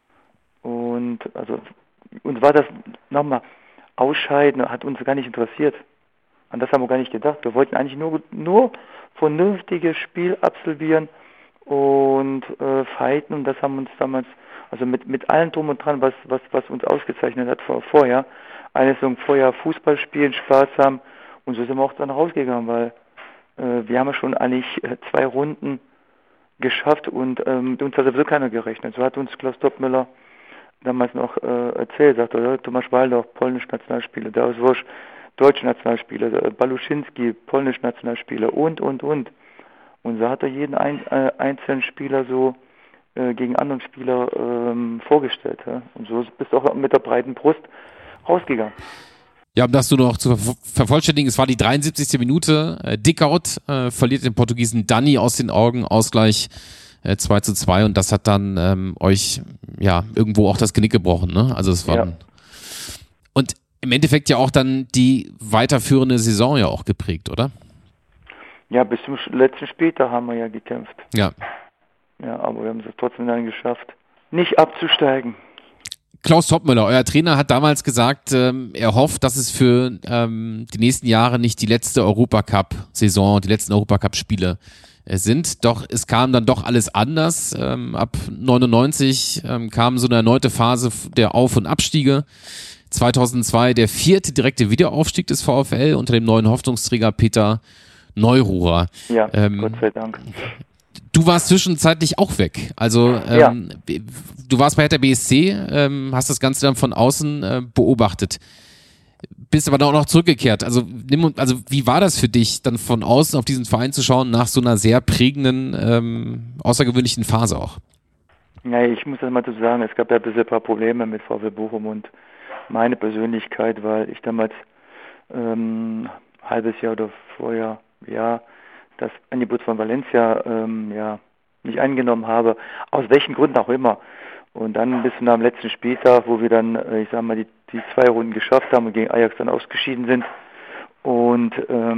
Und also uns war das nochmal Ausscheiden, hat uns gar nicht interessiert. An das haben wir gar nicht gedacht. Wir wollten eigentlich nur vernünftiges Spiel absolvieren und fighten. Und das haben uns damals, also mit allem drum und dran, was uns ausgezeichnet hat vorher. Eine Saison vorher Fußball spielen, Spaß haben. Und so sind wir auch dann rausgegangen, weil wir haben ja schon eigentlich 2 Runden geschafft und mit uns hat sowieso keiner gerechnet. So hat uns Klaus Doppmüller damals noch erzählt, sagte, oder? Thomas Waldorf, polnische Nationalspieler, Dariusz Wosch, deutsche Nationalspieler, Baluschinski, polnische Nationalspieler und. Und so hat er jeden einzelnen Spieler so gegen anderen Spieler vorgestellt. Ja? Und so bist du auch mit der breiten Brust rausgegangen. Ja, um das noch zu vervollständigen, es war die 73. Minute. Dickout verliert den Portugiesen Dani aus den Augen, Ausgleich 2-2 und das hat dann euch ja irgendwo auch das Genick gebrochen. Ne? Also es war und im Endeffekt ja auch dann die weiterführende Saison ja auch geprägt, oder? Ja, bis zum letzten Spieltag haben wir ja gekämpft. Ja. Ja, aber wir haben es trotzdem dann geschafft, nicht abzusteigen. Klaus Toppmöller, euer Trainer, hat damals gesagt, er hofft, dass es für die nächsten Jahre nicht die letzte Europacup-Saison, die letzten Europacup-Spiele sind. Doch es kam dann doch alles anders. Ab 99 kam so eine erneute Phase der Auf- und Abstiege. 2002 der 4. direkte Wiederaufstieg des VfL unter dem neuen Hoffnungsträger Peter Neururer. Ja, Gott sei Dank. Du warst zwischenzeitlich auch weg. Also du warst bei Hertha BSC, hast das Ganze dann von außen beobachtet. Bist aber dann auch noch zurückgekehrt. Also wie war das für dich, dann von außen auf diesen Verein zu schauen, nach so einer sehr prägenden, außergewöhnlichen Phase auch? Ja, ich muss das mal so sagen, es gab ja ein paar Probleme mit VfL Bochum und meine Persönlichkeit, weil ich damals ein halbes Jahr oder vorher, das Angebot von Valencia nicht angenommen habe, aus welchen Gründen auch immer. Und dann bis nach dem letzten Spieltag, wo wir dann, die 2 Runden geschafft haben und gegen Ajax dann ausgeschieden sind. Und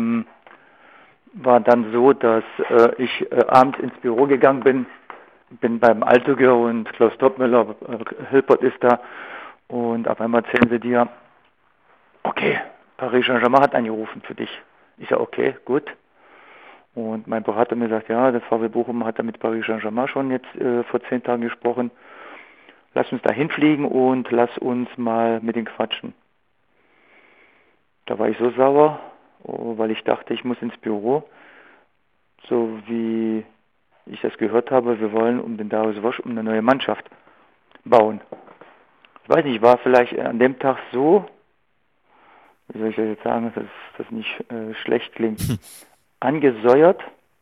war dann so, dass ich abends ins Büro gegangen bin beim Altöger und Klaus Toppmöller, Hilpert ist da. Und auf einmal erzählen sie dir, okay, Paris Saint-Germain hat angerufen für dich. Ich sage, okay, gut. Und mein Berater mir sagt, ja, der VfL Bochum hat da mit Paris Saint-Germain schon jetzt vor 10 Tagen gesprochen. Lass uns da hinfliegen und lass uns mal mit denen quatschen. Da war ich so sauer, weil ich dachte, ich muss ins Büro. So wie ich das gehört habe, wir wollen um den Darius Wosch eine neue Mannschaft bauen. Ich weiß nicht, war vielleicht an dem Tag so, wie soll ich das jetzt sagen, dass das nicht schlecht klingt, angesäuert,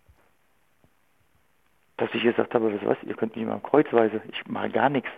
dass ich gesagt habe, was, ihr könnt mich mal kreuzweise, ich mache gar nichts.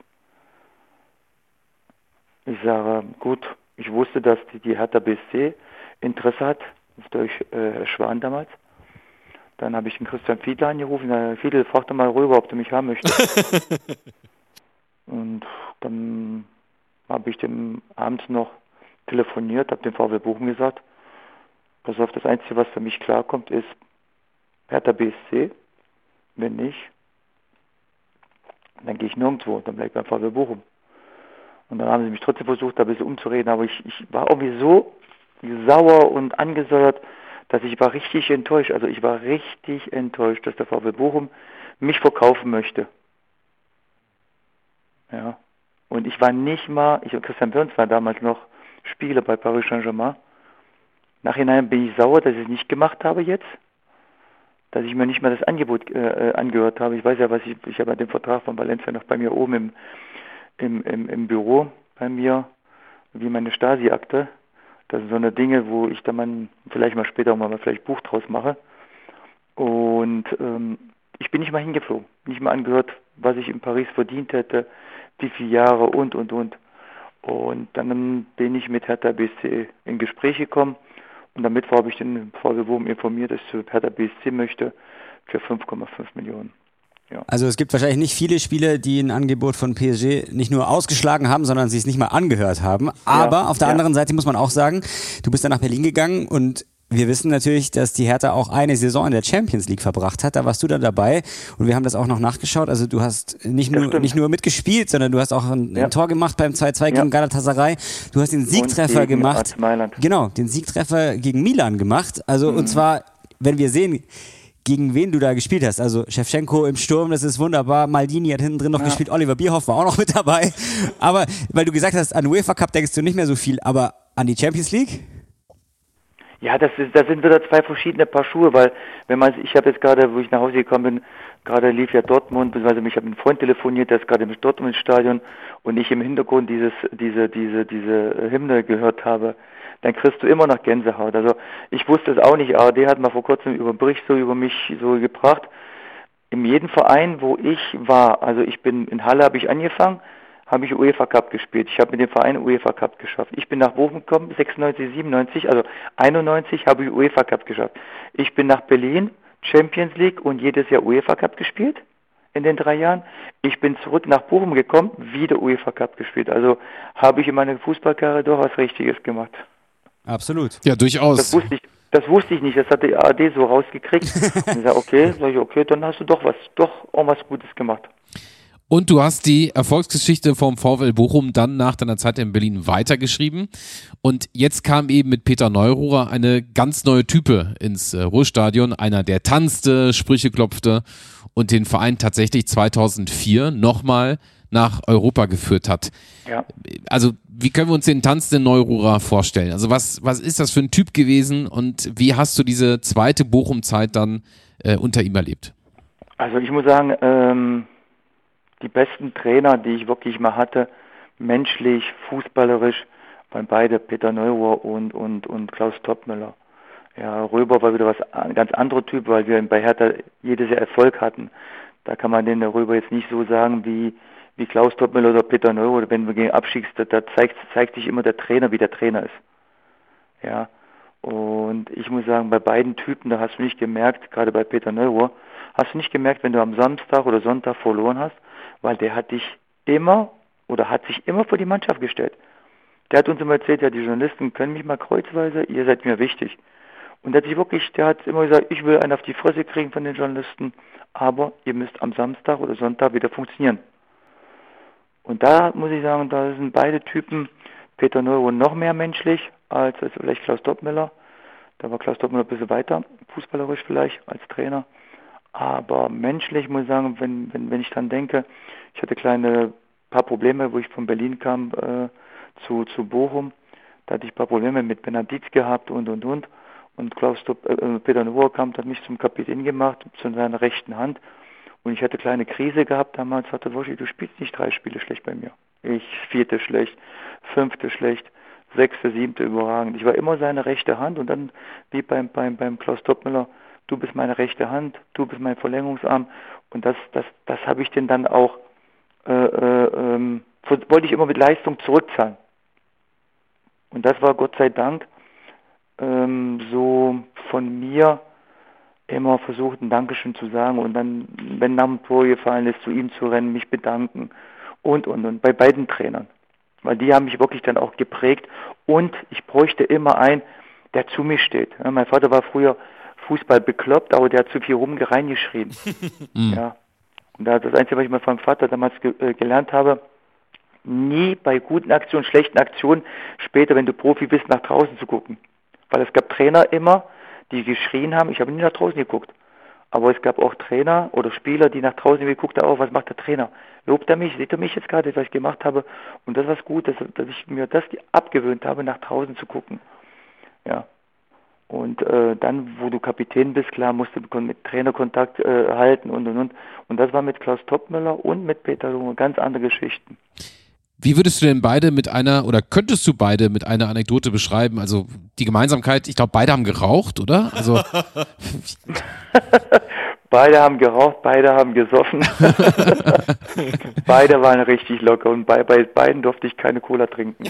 Ich sage, gut, ich wusste, dass die Hertha BSC Interesse hat, durch Herr Schwan damals. Dann habe ich den Christian Fiedler angerufen, Herr Fiedler, frag doch mal rüber, ob du mich haben möchtest. Und dann habe ich dem abends noch telefoniert, habe dem VfL Bochum gesagt, pass auf, das Einzige, was für mich klarkommt, ist Hertha BSC. Wenn nicht, dann gehe ich nirgendwo, dann bleibe ich beim VfL Bochum. Und dann haben sie mich trotzdem versucht, da ein bisschen umzureden, aber ich war irgendwie so sauer und angesäuert, dass ich war richtig enttäuscht. Also ich war richtig enttäuscht, dass der VfL Bochum mich verkaufen möchte. Ja. Und ich war nicht mal, ich und Christian Birns war damals noch Spieler bei Paris Saint-Germain. Nachhinein bin ich sauer, dass ich es nicht gemacht habe jetzt. Dass ich mir nicht mal das Angebot angehört habe. Ich weiß ja, ich habe den Vertrag von Valencia noch bei mir oben im Büro bei mir, wie meine Stasi-Akte. Das sind so eine Dinge, wo ich dann vielleicht mal später mal vielleicht Buch draus mache. Und ich bin nicht mal hingeflogen, nicht mal angehört, was ich in Paris verdient hätte, wie viele Jahre und. Und dann bin ich mit Hertha BSC in Gespräch gekommen. Und am Mittwoch habe ich den VfL Bochum informiert, dass ich zu Hertha BSC möchte für 5,5 Millionen. Ja. Also es gibt wahrscheinlich nicht viele Spieler, die ein Angebot von PSG nicht nur ausgeschlagen haben, sondern sie es nicht mal angehört haben. Aber auf der anderen Seite muss man auch sagen, du bist dann nach Berlin gegangen und wir wissen natürlich, dass die Hertha auch eine Saison in der Champions League verbracht hat. Da warst du dann dabei und wir haben das auch noch nachgeschaut. Also du hast nicht nur mitgespielt, sondern du hast auch ein Tor gemacht beim 2-2 gegen Galatasaray. Du hast den Siegtreffer gemacht. Genau, den Siegtreffer gegen Milan gemacht. Also und zwar, wenn wir sehen, gegen wen du da gespielt hast. Also Shevchenko im Sturm, das ist wunderbar. Maldini hat hinten drin noch gespielt. Oliver Bierhoff war auch noch mit dabei. Aber weil du gesagt hast, an UEFA Cup denkst du nicht mehr so viel, aber an die Champions League? Ja, das sind wieder 2 verschiedene Paar Schuhe, weil ich habe jetzt gerade, wo ich nach Hause gekommen bin, gerade lief ja Dortmund, beziehungsweise ich habe einen Freund telefoniert, der ist gerade im Dortmund-Stadion und ich im Hintergrund diese Hymne gehört habe, dann kriegst du immer noch Gänsehaut. Also ich wusste es auch nicht, ARD hat mal vor kurzem über einen Bericht so über mich so gebracht. In jedem Verein, wo ich war, also ich bin in Halle, habe ich angefangen, habe ich UEFA Cup gespielt. Ich habe mit dem Verein UEFA Cup geschafft. Ich bin nach Bochum gekommen, 96, 97, also 91 habe ich UEFA Cup geschafft. Ich bin nach Berlin, Champions League und jedes Jahr UEFA Cup gespielt in den 3 Jahren. Ich bin zurück nach Bochum gekommen, wieder UEFA Cup gespielt. Also habe ich in meiner Fußballkarriere doch was Richtiges gemacht. Absolut. Ja, durchaus. Das wusste ich nicht, das hat die ARD so rausgekriegt. Und ich sage, okay, dann hast du doch auch was Gutes gemacht. Und du hast die Erfolgsgeschichte vom VfL Bochum dann nach deiner Zeit in Berlin weitergeschrieben. Und jetzt kam eben mit Peter Neururer eine ganz neue Type ins Ruhrstadion. Einer, der tanzte, Sprüche klopfte und den Verein tatsächlich 2004 nochmal nach Europa geführt hat. Ja. Also wie können wir uns den tanzenden Neururer vorstellen? Also was ist das für ein Typ gewesen und wie hast du diese zweite Bochum-Zeit dann unter ihm erlebt? Also ich muss sagen, die besten Trainer, die ich wirklich mal hatte, menschlich, fußballerisch, waren beide Peter Neururer und Klaus Toppmöller. Ja, Röber war wieder ein ganz anderer Typ, weil wir bei Hertha jedes Jahr Erfolg hatten. Da kann man den Röber jetzt nicht so sagen wie Klaus Toppmöller oder Peter Neururer. Wenn wir gegen Abstieg, da zeigt sich immer der Trainer, wie der Trainer ist. Ja, und ich muss sagen, bei beiden Typen, da hast du nicht gemerkt, gerade bei Peter Neururer, hast du nicht gemerkt, wenn du am Samstag oder Sonntag verloren hast, weil der hat sich immer vor die Mannschaft gestellt. Der hat uns immer erzählt, ja, die Journalisten können mich mal kreuzweise, ihr seid mir wichtig. Und der hat immer gesagt, ich will einen auf die Fresse kriegen von den Journalisten, aber ihr müsst am Samstag oder Sonntag wieder funktionieren. Und da muss ich sagen, da sind beide Typen, Peter Neururer noch mehr menschlich als vielleicht Klaus Toppmöller. Da war Klaus Toppmöller ein bisschen weiter, fußballerisch vielleicht, als Trainer. Aber menschlich muss ich sagen, wenn ich dann denke, ich hatte paar Probleme, wo ich von Berlin kam zu Bochum. Da hatte ich ein paar Probleme mit Benadiz gehabt und. Und Peter Neururer kam, hat mich zum Kapitän gemacht, zu seiner rechten Hand. Und ich hatte kleine Krise gehabt damals, sagte, Woschi, du spielst nicht 3 Spiele schlecht bei mir. Ich 4. schlecht, 5. schlecht, 6., 7. überragend. Ich war immer seine rechte Hand und dann, wie beim Klaus Toppmöller, du bist meine rechte Hand, du bist mein Verlängerungsarm. Und das habe ich denn dann auch, wollte ich immer mit Leistung zurückzahlen. Und das war Gott sei Dank so von mir immer versucht, ein Dankeschön zu sagen und dann, wenn nach dem Tor gefallen ist, zu ihm zu rennen, mich bedanken und. Bei beiden Trainern. Weil die haben mich wirklich dann auch geprägt und ich bräuchte immer einen, der zu mir steht. Ja, mein Vater war früher Fußball bekloppt, aber der hat zu viel reingeschrien. Ja. Und das Einzige, was ich mal vom Vater damals gelernt habe, nie bei guten Aktionen, schlechten Aktionen, später, wenn du Profi bist, nach draußen zu gucken. Weil es gab Trainer immer, die geschrien haben, ich habe nie nach draußen geguckt. Aber es gab auch Trainer oder Spieler, die nach draußen geguckt haben, was macht der Trainer? Lobt er mich? Sieht er mich jetzt gerade, was ich gemacht habe? Und das war gut, dass ich mir das abgewöhnt habe, nach draußen zu gucken. Ja. Und dann, wo du Kapitän bist, klar, musst du mit Trainer Kontakt halten und. Und das war mit Klaus Toppmöller und mit Peter Neururer ganz andere Geschichten. Wie würdest du denn könntest du beide mit einer Anekdote beschreiben? Also die Gemeinsamkeit, ich glaube, beide haben geraucht, oder? Also Beide haben geraucht, beide haben gesoffen. Beide waren richtig locker und bei beiden durfte ich keine Cola trinken.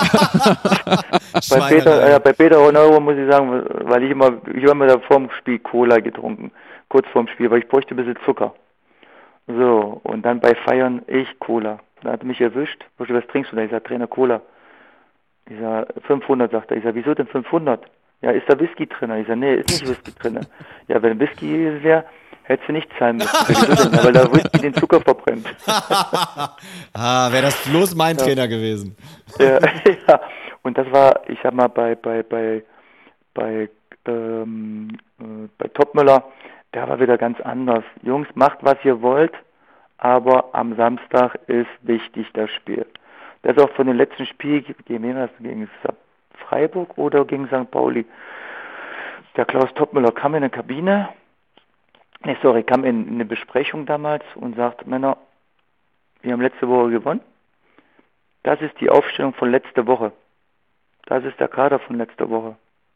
Bei Peter Neururer muss ich sagen, weil ich habe immer vor dem Spiel Cola getrunken, kurz vorm Spiel, weil ich bräuchte ein bisschen Zucker. So, und dann bei Feiern ich Cola. Da hat er mich erwischt, was trinkst du da? Ich sage, Trainer, Cola. Ich sage, 500, sagt er. Ich sage, wieso denn 500? Ja, ist da Whisky drin? Ich sage, nee, ist nicht Whisky drin. Ja, wenn Whisky wäre, hättest du nicht zahlen müssen. Wieso denn? Ja, weil da Whisky den Zucker verbrennt. Wäre das bloß mein Trainer gewesen. Ja, und das war, ich sag mal, bei Toppmöller, der war wieder ganz anders. Jungs, macht, was ihr wollt, aber am Samstag ist wichtig das Spiel. Das ist auch von den letzten Spielen, gegen Freiburg oder gegen St. Pauli. Der Klaus Toppmöller kam in eine Kabine, kam in eine Besprechung damals und sagt, Männer, wir haben letzte Woche gewonnen. Das ist die Aufstellung von letzter Woche. Das ist der Kader von letzter Woche.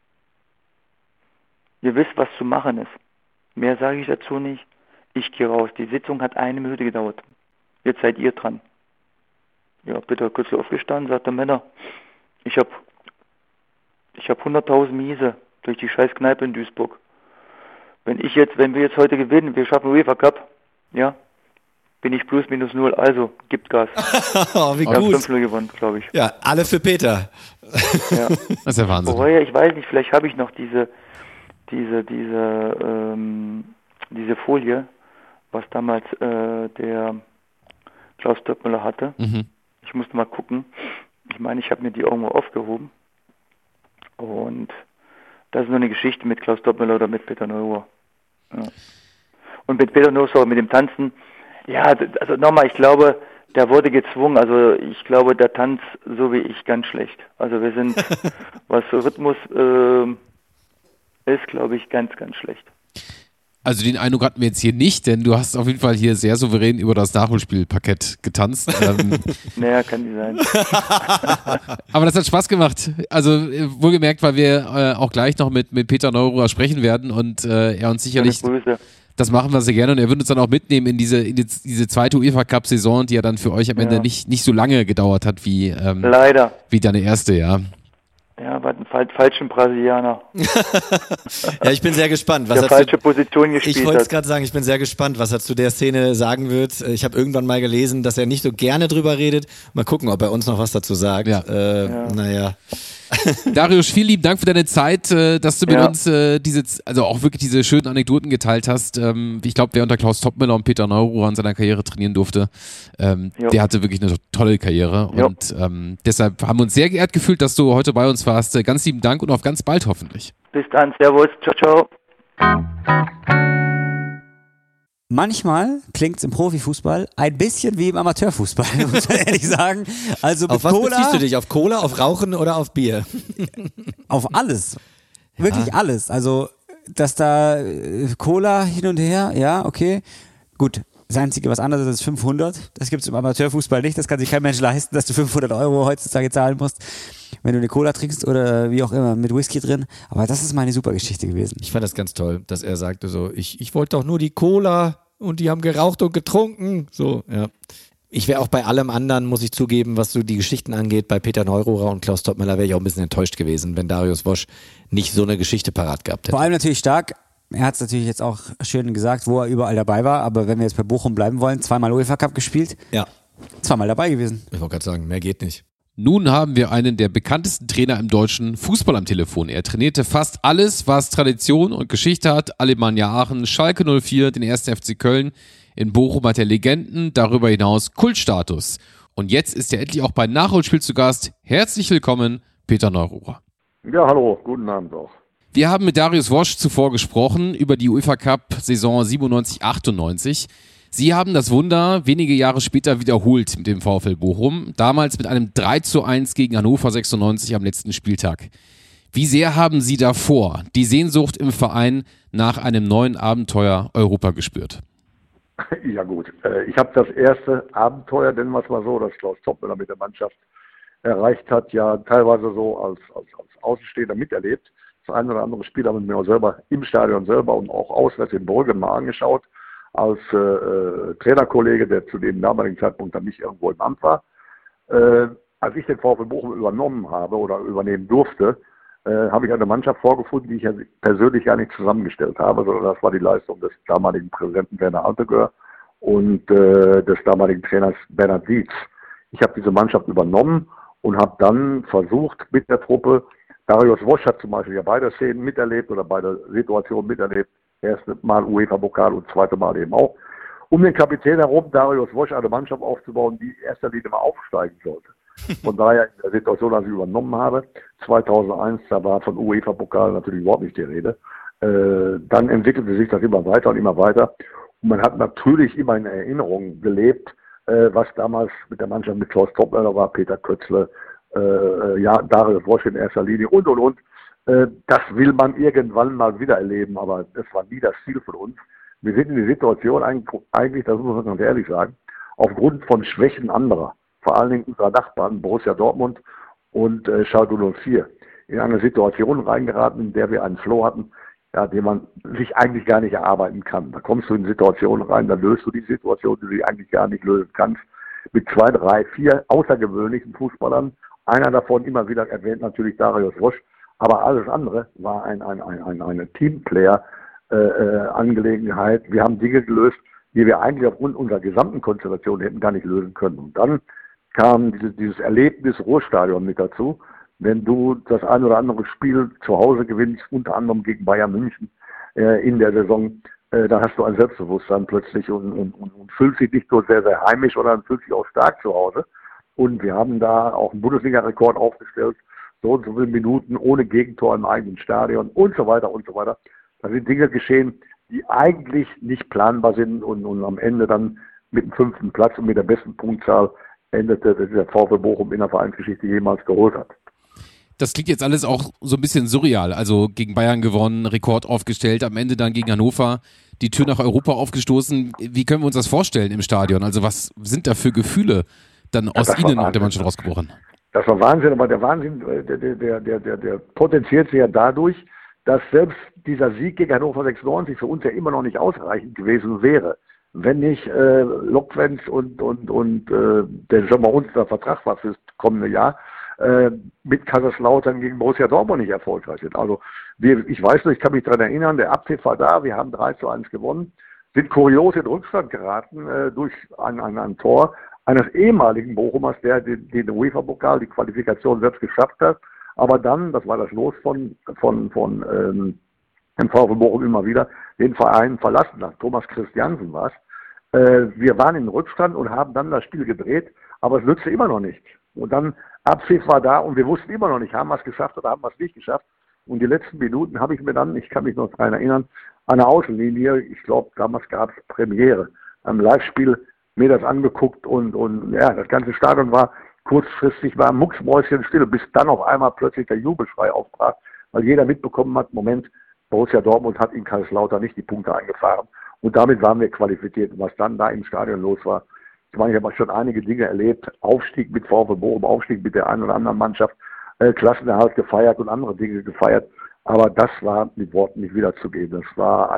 Ihr wisst, was zu machen ist. Mehr sage ich dazu nicht. Ich gehe raus. Die Sitzung hat 1 Minute gedauert. Jetzt seid ihr dran. Ja, Peter kurz aufgestanden, sagte, Männer, ich hab 100.000 Miese durch die scheiß Kneipe in Duisburg. Wenn wir jetzt heute gewinnen, wir schaffen UEFA Cup, ja, bin ich plus minus 0, also gibt Gas. Wie gut. Wir haben 5-0 gewonnen, glaube ich. Ja, alle für Peter. Ja. Das ist ja Wahnsinn. Vorher, ich weiß nicht, vielleicht habe ich noch diese Folie, was damals der Klaus Toppmöller hatte. Mhm. Ich musste mal gucken. Ich meine, ich habe mir die irgendwo aufgehoben. Und das ist nur eine Geschichte mit Klaus Toppmöller oder mit Peter Neururer. Ja. Und mit Peter Neururer, mit dem Tanzen, ja, also nochmal, ich glaube, der wurde gezwungen. Also ich glaube, der tanzt so wie ich ganz schlecht. Also wir sind, was Rhythmus ist, glaube ich, ganz, ganz schlecht. Also den Eindruck hatten wir jetzt hier nicht, denn du hast auf jeden Fall hier sehr souverän über das Nachholspielparkett getanzt. Naja, kann nicht sein. Aber das hat Spaß gemacht. Also wohlgemerkt, weil wir auch gleich noch mit Peter Neururer sprechen werden und er uns sicherlich... Das machen wir sehr gerne und er wird uns dann auch mitnehmen in diese zweite UEFA-Cup-Saison, die ja dann für euch am Ende nicht so lange gedauert hat wie, leider, wie deine erste, ja. Ja, war ein falschen Brasilianer. Ja, ich bin sehr gespannt. Was der falsche Position gespielt hat. Ich wollte es gerade sagen, ich bin sehr gespannt, was er zu der Szene sagen wird. Ich habe irgendwann mal gelesen, dass er nicht so gerne drüber redet. Mal gucken, ob er uns noch was dazu sagt. Ja. Naja. Darius, vielen lieben Dank für deine Zeit, dass du mit uns auch wirklich diese schönen Anekdoten geteilt hast. Ich glaube, wer unter Klaus Toppmöller und Peter Neururer in seiner Karriere trainieren durfte, der hatte wirklich eine tolle Karriere. Und deshalb haben wir uns sehr geehrt gefühlt, dass du heute bei uns warst. Ganz lieben Dank und auf ganz bald hoffentlich. Bis dann, servus, ciao, ciao. Manchmal klingt es im Profifußball ein bisschen wie im Amateurfußball, muss man ehrlich sagen. Also mit auf was Cola, beziehst du dich? Auf Cola, auf Rauchen oder auf Bier? Auf alles. Wirklich alles. Also, dass da Cola hin und her, ja, okay. Gut, das Einzige, was anderes ist 500. Das gibt es im Amateurfußball nicht. Das kann sich kein Mensch leisten, dass du 500 € heutzutage zahlen musst, wenn du eine Cola trinkst oder wie auch immer, mit Whisky drin. Aber das ist meine super Geschichte gewesen. Ich fand das ganz toll, dass er sagte so, ich wollte doch nur die Cola und die haben geraucht und getrunken. So, ja. Ich wäre auch bei allem anderen, muss ich zugeben, was so die Geschichten angeht, bei Peter Neururer und Klaus Toppmöller wäre ich auch ein bisschen enttäuscht gewesen, wenn Darius Wosch nicht so eine Geschichte parat gehabt hätte. Vor allem natürlich stark. Er hat es natürlich jetzt auch schön gesagt, wo er überall dabei war, aber wenn wir jetzt bei Bochum bleiben wollen, 2-mal UEFA Cup gespielt, 2-mal dabei gewesen. Ich wollte gerade sagen, mehr geht nicht. Nun haben wir einen der bekanntesten Trainer im deutschen Fußball am Telefon. Er trainierte fast alles, was Tradition und Geschichte hat. Alemannia Aachen, Schalke 04, den 1. FC Köln. In Bochum hat er Legenden, darüber hinaus Kultstatus. Und jetzt ist er endlich auch bei Nachholspiel zu Gast. Herzlich willkommen, Peter Neururer. Ja, hallo, guten Abend auch. Wir haben mit Darius Wosch zuvor gesprochen über die UEFA Cup Saison 97/98. Sie haben das Wunder wenige Jahre später wiederholt mit dem VfL Bochum, damals mit einem 3:1 gegen Hannover 96 am letzten Spieltag. Wie sehr haben Sie davor die Sehnsucht im Verein nach einem neuen Abenteuer Europa gespürt? Ja gut, ich habe das erste Abenteuer, nennen wir es mal so, das Klaus Toppmöller mit der Mannschaft erreicht hat, ja teilweise so als Außenstehender miterlebt. Das eine oder andere Spiel haben wir mir auch selber im Stadion selber und auch auswärts in Brüggen mal angeschaut, als Trainerkollege, der zu dem damaligen Zeitpunkt dann nicht irgendwo im Amt war. Als ich den VfL Bochum übernommen habe oder übernehmen durfte, habe ich eine Mannschaft vorgefunden, die ich ja persönlich gar nicht zusammengestellt habe, sondern das war die Leistung des damaligen Präsidenten Werner Altegoer und des damaligen Trainers Bernhard Dietz. Ich habe diese Mannschaft übernommen und habe dann versucht mit der Truppe, Darius Wosch hat zum Beispiel ja beide Szenen miterlebt oder beide Situationen miterlebt, erste Mal UEFA-Pokal und zweite Mal eben auch, um den Kapitän herum, Darius Wosch, eine Mannschaft aufzubauen, die in erster Linie mal aufsteigen sollte. Von daher in der Situation, als ich übernommen habe, 2001, da war von UEFA-Pokal natürlich überhaupt nicht die Rede. Dann entwickelte sich das immer weiter und immer weiter. Und man hat natürlich immer in Erinnerung gelebt, was damals mit der Mannschaft mit Klaus Toppmöller war, Peter Kötzle, Darius Wosch in erster Linie und. Das will man irgendwann mal wieder erleben, aber das war nie das Ziel von uns. Wir sind in die Situation eigentlich, das muss man ganz ehrlich sagen, aufgrund von Schwächen anderer, vor allen Dingen unserer Nachbarn Borussia Dortmund und Schalke 04, in eine Situation reingeraten, in der wir einen Flow hatten, ja, den man sich eigentlich gar nicht erarbeiten kann. Da kommst du in Situationen rein, da löst du die Situation, die du eigentlich gar nicht lösen kannst, mit 2, 3, 4 außergewöhnlichen Fußballern. Einer davon immer wieder erwähnt natürlich Darius Wosch, aber alles andere war eine Teamplayer-Angelegenheit. Wir haben Dinge gelöst, die wir eigentlich aufgrund unserer gesamten Konstellation hätten gar nicht lösen können. Und dann kam dieses Erlebnis Ruhrstadion mit dazu. Wenn du das ein oder andere Spiel zu Hause gewinnst, unter anderem gegen Bayern München in der Saison dann hast du ein Selbstbewusstsein plötzlich und fühlst dich nicht nur sehr, sehr heimisch, sondern fühlst dich auch stark zu Hause. Und wir haben da auch einen Bundesliga-Rekord aufgestellt, so und so viele Minuten ohne Gegentor im eigenen Stadion und so weiter und so weiter. Da sind Dinge geschehen, die eigentlich nicht planbar sind und am Ende dann mit dem 5. Platz und mit der besten Punktzahl endete, dass der VfL Bochum in der Vereinsgeschichte jemals geholt hat. Das klingt jetzt alles auch so ein bisschen surreal. Also gegen Bayern gewonnen, Rekord aufgestellt, am Ende dann gegen Hannover die Tür nach Europa aufgestoßen. Wie können wir uns das vorstellen im Stadion? Also was sind da für Gefühle dann aus Ihnen und der Mannschaft rausgebrochen? Das war Wahnsinn, aber der Wahnsinn, der potenziert sich ja dadurch, dass selbst dieser Sieg gegen Hannover 96 für uns ja immer noch nicht ausreichend gewesen wäre. Wenn nicht Lokwenz und der schon mal unser Vertrag war fürs kommende Jahr, mit Kaiserslautern gegen Borussia Dortmund nicht erfolgreich sind. Also ich weiß noch, ich kann mich daran erinnern, der Abpfiff war da, wir haben 3:1 gewonnen, sind kurios in Rückstand geraten durch ein Tor eines ehemaligen Bochumers, der den UEFA-Pokal, die Qualifikation selbst geschafft hat, aber dann, das war das Los von dem VfL Bochum immer wieder, den Verein verlassen hat. Thomas Christiansen war es. Wir waren in Rückstand und haben dann das Spiel gedreht, aber es nützte immer noch nichts. Und dann Abpfiff war da und wir wussten immer noch nicht, haben wir es geschafft oder haben wir es nicht geschafft. Und die letzten Minuten habe ich mir dann, ich kann mich noch daran erinnern, an der Außenlinie, ich glaube, damals gab es Premiere, am Live-Spiel mir das angeguckt und ja, das ganze Stadion war kurzfristig, war mucksmäuschenstill, bis dann auf einmal plötzlich der Jubelschrei aufbrach, weil jeder mitbekommen hat, Moment, Borussia Dortmund hat in Kaiserslautern nicht die Punkte eingefahren und damit waren wir qualifiziert. Und was dann da im Stadion los war, ich meine, ich habe schon einige Dinge erlebt, Aufstieg mit VfL Bochum, Aufstieg mit der einen oder anderen Mannschaft, Klassenerhalt gefeiert und andere Dinge gefeiert, aber das war mit Worten nicht wiederzugeben. Das war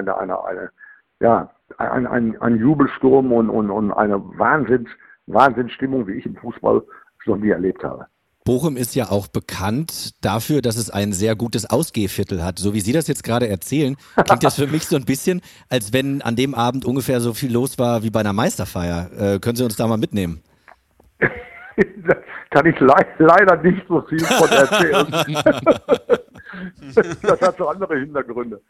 ein Jubelsturm und eine Wahnsinnsstimmung, wie ich im Fußball noch nie erlebt habe. Bochum ist ja auch bekannt dafür, dass es ein sehr gutes Ausgehviertel hat. So wie Sie das jetzt gerade erzählen, klingt das für mich so ein bisschen, als wenn an dem Abend ungefähr so viel los war wie bei einer Meisterfeier. Können Sie uns da mal mitnehmen? Da kann ich leider nicht so viel von erzählen. Das hat so andere Hintergründe.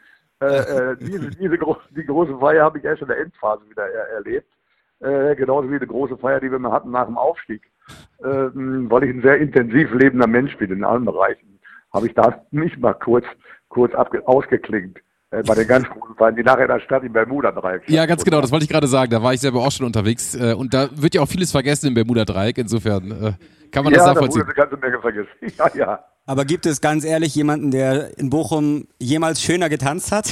Die große Feier habe ich erst in der Endphase wieder erlebt. Genauso wie die große Feier, die wir mal hatten nach dem Aufstieg. Weil ich ein sehr intensiv lebender Mensch bin in allen Bereichen, habe ich da nicht mal kurz ausgeklingt. Bei den ganz großen Feiern, die nachher in der Stadt im Bermuda-Dreieck. Ja, ganz genau, das wollte ich gerade sagen. Da war ich selber auch schon unterwegs. Und da wird ja auch vieles vergessen im Bermuda-Dreieck. Insofern kann man das nachvollziehen. Ja, da wurde eine ganze Menge vergessen. Ja. Aber gibt es ganz ehrlich jemanden, der in Bochum jemals schöner getanzt hat?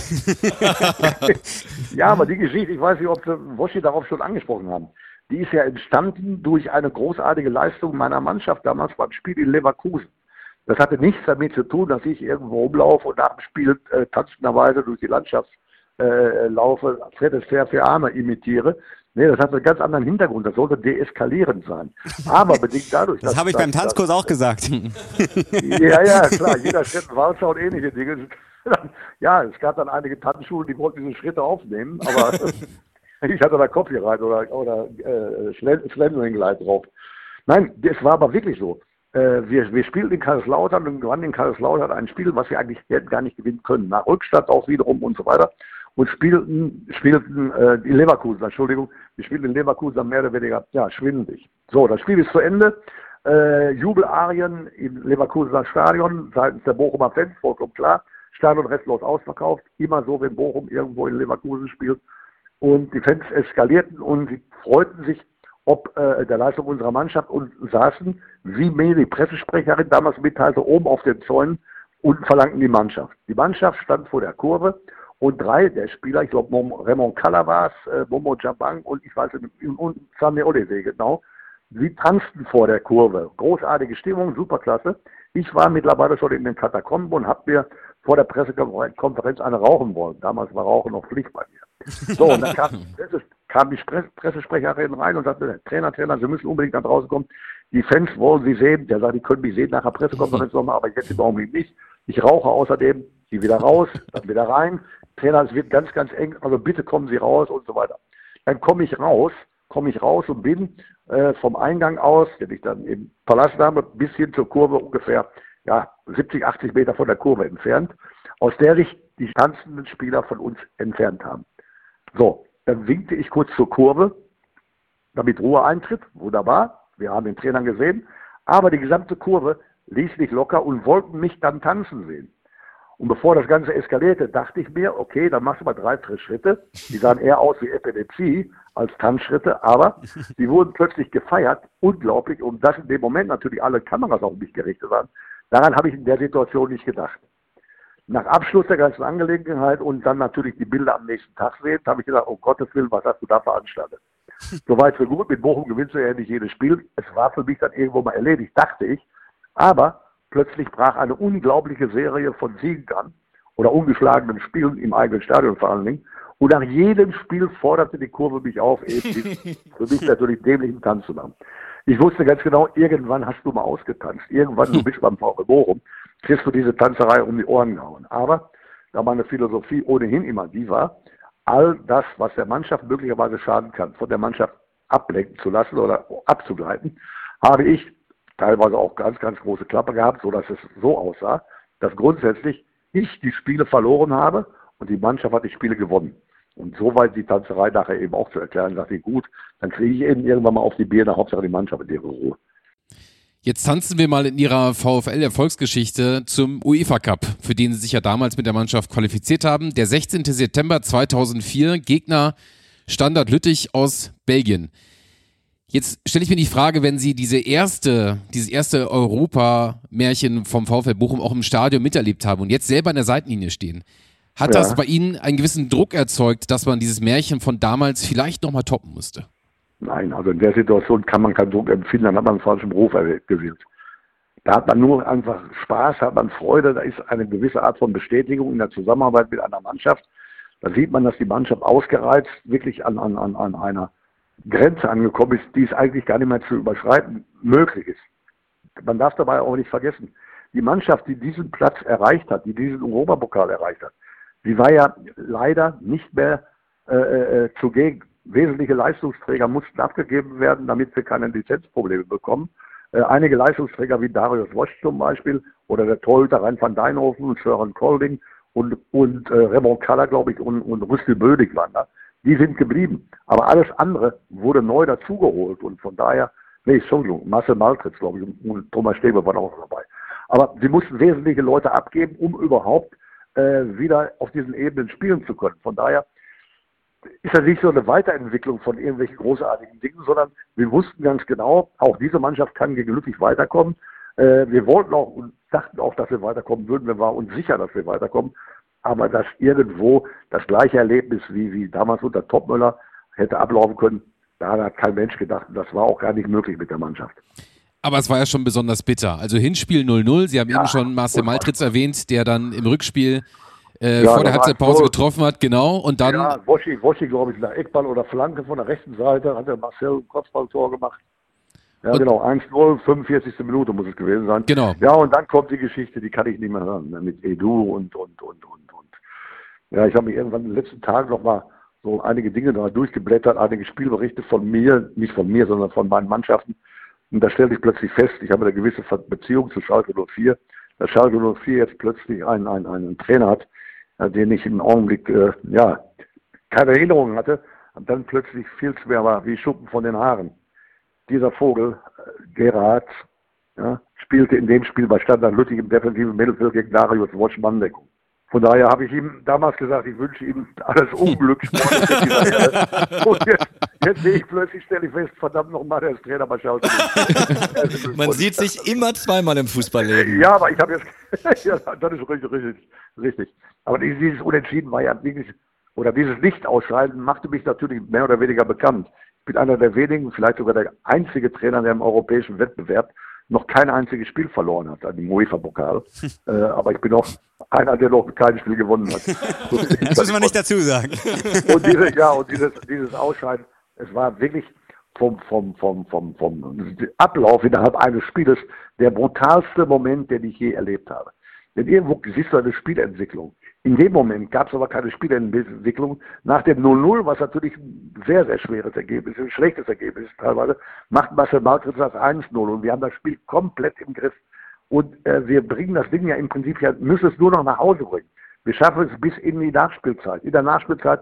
Ja, aber die Geschichte, ich weiß nicht, ob Sie Woschi darauf schon angesprochen haben, die ist ja entstanden durch eine großartige Leistung meiner Mannschaft damals beim Spiel in Leverkusen. Das hatte nichts damit zu tun, dass ich irgendwo rumlaufe und nach dem Spiel tanzenderweise durch die Landschaft laufe, Fred Astaire für Arme imitiere. Nee, das hat einen ganz anderen Hintergrund. Das sollte deeskalierend sein. Aber bedingt dadurch, das habe ich beim Tanzkurs auch gesagt. Ja, klar. Jeder Schritt ein Walzer und ähnliche Dinge. Ja, es gab dann einige Tanzschulen, die wollten diese Schritte aufnehmen, aber ich hatte da Copyright oder Slenderling-Light drauf. Nein, das war aber wirklich so. Wir spielten in Kaiserslautern und gewannen in Kaiserslautern ein Spiel, was wir eigentlich gar nicht gewinnen können. Nach Rückstand auch wiederum und so weiter. Und spielten in Leverkusen, wir spielten in Leverkusen mehr oder weniger, schwindig. So, das Spiel ist zu Ende. Jubelarien im Leverkusener Stadion seitens der Bochumer Fans, vollkommen klar. Stadion restlos ausverkauft. Immer so, wenn Bochum irgendwo in Leverkusen spielt. Und die Fans eskalierten und sie freuten sich ob der Leistung unserer Mannschaft und saßen, wie mir die Pressesprecherin damals mitteilte, oben auf den Zäunen und verlangten die Mannschaft. Die Mannschaft stand vor der Kurve und 3 der Spieler, ich glaube Raymond Kalla war es, Momo Jabang und ich weiß nicht, und Sami Olese, genau, sie tanzten vor der Kurve. Großartige Stimmung, superklasse. Ich war mittlerweile schon in den Katakomben und habe mir vor der Pressekonferenz eine rauchen wollen. Damals war Rauchen noch Pflicht bei mir. So, und dann kam die Pressesprecherin rein und sagte, Trainer, Sie müssen unbedingt nach draußen kommen. Die Fans wollen Sie sehen. Der sagt, die können mich sehen nach der Pressekonferenz nochmal, aber jetzt im Augenblick nicht. Ich rauche außerdem, die wieder raus, dann wieder rein. Trainer, es wird ganz, ganz eng, also bitte kommen Sie raus und so weiter. Dann komme ich raus und bin vom Eingang aus, den ich dann im Palast habe, bis hin zur Kurve ungefähr 70, 80 Meter von der Kurve entfernt, aus der sich die tanzenden Spieler von uns entfernt haben. So, dann winkte ich kurz zur Kurve, damit Ruhe eintritt. Wunderbar, wir haben den Trainer gesehen. Aber die gesamte Kurve ließ mich locker und wollten mich dann tanzen sehen. Und bevor das Ganze eskalierte, dachte ich mir, okay, dann machst du mal 3 Schritte. Die sahen eher aus wie Epilepsie als Tanzschritte, aber die wurden plötzlich gefeiert, unglaublich. Und dass in dem Moment natürlich alle Kameras auf mich gerichtet waren, daran habe ich in der Situation nicht gedacht. Nach Abschluss der ganzen Angelegenheit und dann natürlich die Bilder am nächsten Tag sehen, habe ich gedacht, oh Gottes Willen, was hast du da veranstaltet? Soweit so gut, mit Bochum gewinnst du ja nicht jedes Spiel. Es war für mich dann irgendwo mal erledigt, dachte ich. Aber plötzlich brach eine unglaubliche Serie von Siegen an oder ungeschlagenen Spielen im eigenen Stadion vor allen Dingen. Und nach jedem Spiel forderte die Kurve mich auf, eben für mich natürlich dämlichen Tanz zu machen. Ich wusste ganz genau, irgendwann hast du mal ausgetanzt. Irgendwann, du bist beim VfL Bochum, kriegst du diese Tanzerei um die Ohren gehauen. Aber da meine Philosophie ohnehin immer die war, all das, was der Mannschaft möglicherweise schaden kann, von der Mannschaft ablenken zu lassen oder abzugleiten, habe ich teilweise auch ganz, ganz große Klappe gehabt, sodass es so aussah, dass grundsätzlich ich die Spiele verloren habe und die Mannschaft hat die Spiele gewonnen. Und soweit die Tanzerei nachher eben auch zu erklären, dachte ich, gut, dann kriege ich eben irgendwann mal auf die Birne, Hauptsache die Mannschaft in ihre Ruhe. Jetzt tanzen wir mal in Ihrer VfL-Erfolgsgeschichte zum UEFA Cup, für den Sie sich ja damals mit der Mannschaft qualifiziert haben. Der 16. September 2004, Gegner Standard Lüttich aus Belgien. Jetzt stelle ich mir die Frage, wenn Sie dieses erste Europa-Märchen vom VfL Bochum auch im Stadion miterlebt haben und jetzt selber an der Seitenlinie stehen, hat das bei Ihnen einen gewissen Druck erzeugt, dass man dieses Märchen von damals vielleicht nochmal toppen musste? Nein, also in der Situation kann man keinen Druck empfinden, dann hat man einen falschen Beruf gewählt. Da hat man nur einfach Spaß, hat man Freude, da ist eine gewisse Art von Bestätigung in der Zusammenarbeit mit einer Mannschaft. Da sieht man, dass die Mannschaft ausgereizt wirklich an einer Grenze angekommen ist, die es eigentlich gar nicht mehr zu überschreiten möglich ist. Man darf dabei auch nicht vergessen, die Mannschaft, die diesen Platz erreicht hat, die diesen Europapokal erreicht hat, die war ja leider nicht mehr zugegen. Wesentliche Leistungsträger mussten abgegeben werden, damit wir keine Lizenzprobleme bekommen. Einige Leistungsträger wie Darius Wosch zum Beispiel oder der Torhüter Rein van Dijnhoven und Søren Kolding und Raymond Kaller, glaube ich, und Rüstel Bödig waren da. Die sind geblieben. Aber alles andere wurde neu dazugeholt und von daher, Entschuldigung, Marcel Maltritz, glaube ich, und Thomas Stäbe waren auch dabei. Aber sie mussten wesentliche Leute abgeben, um überhaupt wieder auf diesen Ebenen spielen zu können. Von daher ist das nicht so eine Weiterentwicklung von irgendwelchen großartigen Dingen, sondern wir wussten ganz genau, auch diese Mannschaft kann gegen Lüttich weiterkommen. Wir wollten auch und dachten auch, dass wir weiterkommen würden. Wir waren uns sicher, dass wir weiterkommen. Aber dass irgendwo das gleiche Erlebnis wie damals unter Topmöller hätte ablaufen können, da hat kein Mensch gedacht. Das war auch gar nicht möglich mit der Mannschaft. Aber es war ja schon besonders bitter. Also Hinspiel 0-0, Sie haben eben schon Marcel Maltritz erwähnt, der dann im Rückspiel vor der Halbzeitpause getroffen hat, genau. Und dann Woschi, glaube ich, nach Eckball oder Flanke von der rechten Seite hat der Marcel ein Kopfballtor gemacht. Ja, und genau, 1-0, 45. Minute muss es gewesen sein. Genau. Ja, und dann kommt die Geschichte, die kann ich nicht mehr hören, mit Edu und. Ja, ich habe mich irgendwann in den letzten Tagen noch mal so einige Dinge da durchgeblättert, einige Spielberichte von mir, nicht von mir, sondern von meinen Mannschaften. Und da stellte ich plötzlich fest, ich habe eine gewisse Beziehung zu Schalke 04, dass Schalke 04 jetzt plötzlich einen Trainer hat, den ich im Augenblick, keine Erinnerung hatte, und dann plötzlich fiel es mir aber wie Schuppen von den Haaren. Dieser Vogel, Gerhard, spielte in dem Spiel bei Standard Lüttich im defensiven Mittelfeld gegen Darius Wosch Manndeckung. Von daher habe ich ihm damals gesagt, ich wünsche ihm alles Unglück. Und jetzt sehe ich plötzlich, stelle ich fest, verdammt nochmal, der ist Trainer bei Schalke. Man sieht sich immer zweimal im Fußballleben. Ja, aber ich habe jetzt, ja, das ist richtig. Aber dieses Unentschieden war ja wirklich, oder dieses Nicht-Ausscheiden machte mich natürlich mehr oder weniger bekannt. Ich bin einer der wenigen, vielleicht sogar der einzige Trainer, der im europäischen Wettbewerb noch kein einziges Spiel verloren hat, an dem UEFA-Pokal. Aber ich bin auch einer, der noch kein Spiel gewonnen hat. Das muss man nicht dazu sagen. Und dieses Ausscheiden, es war wirklich vom Ablauf innerhalb eines Spieles der brutalste Moment, den ich je erlebt habe. Denn irgendwo siehst du eine Spielentwicklung. In dem Moment gab es aber keine Spielentwicklung. Nach dem 0-0, was natürlich ein sehr, sehr schweres Ergebnis ist, ein schlechtes Ergebnis ist teilweise, macht Marcel Maltritz das 1-0 und wir haben das Spiel komplett im Griff. Und wir bringen das Ding ja im Prinzip, müssen es nur noch nach Hause bringen. Wir schaffen es bis in die Nachspielzeit. In der Nachspielzeit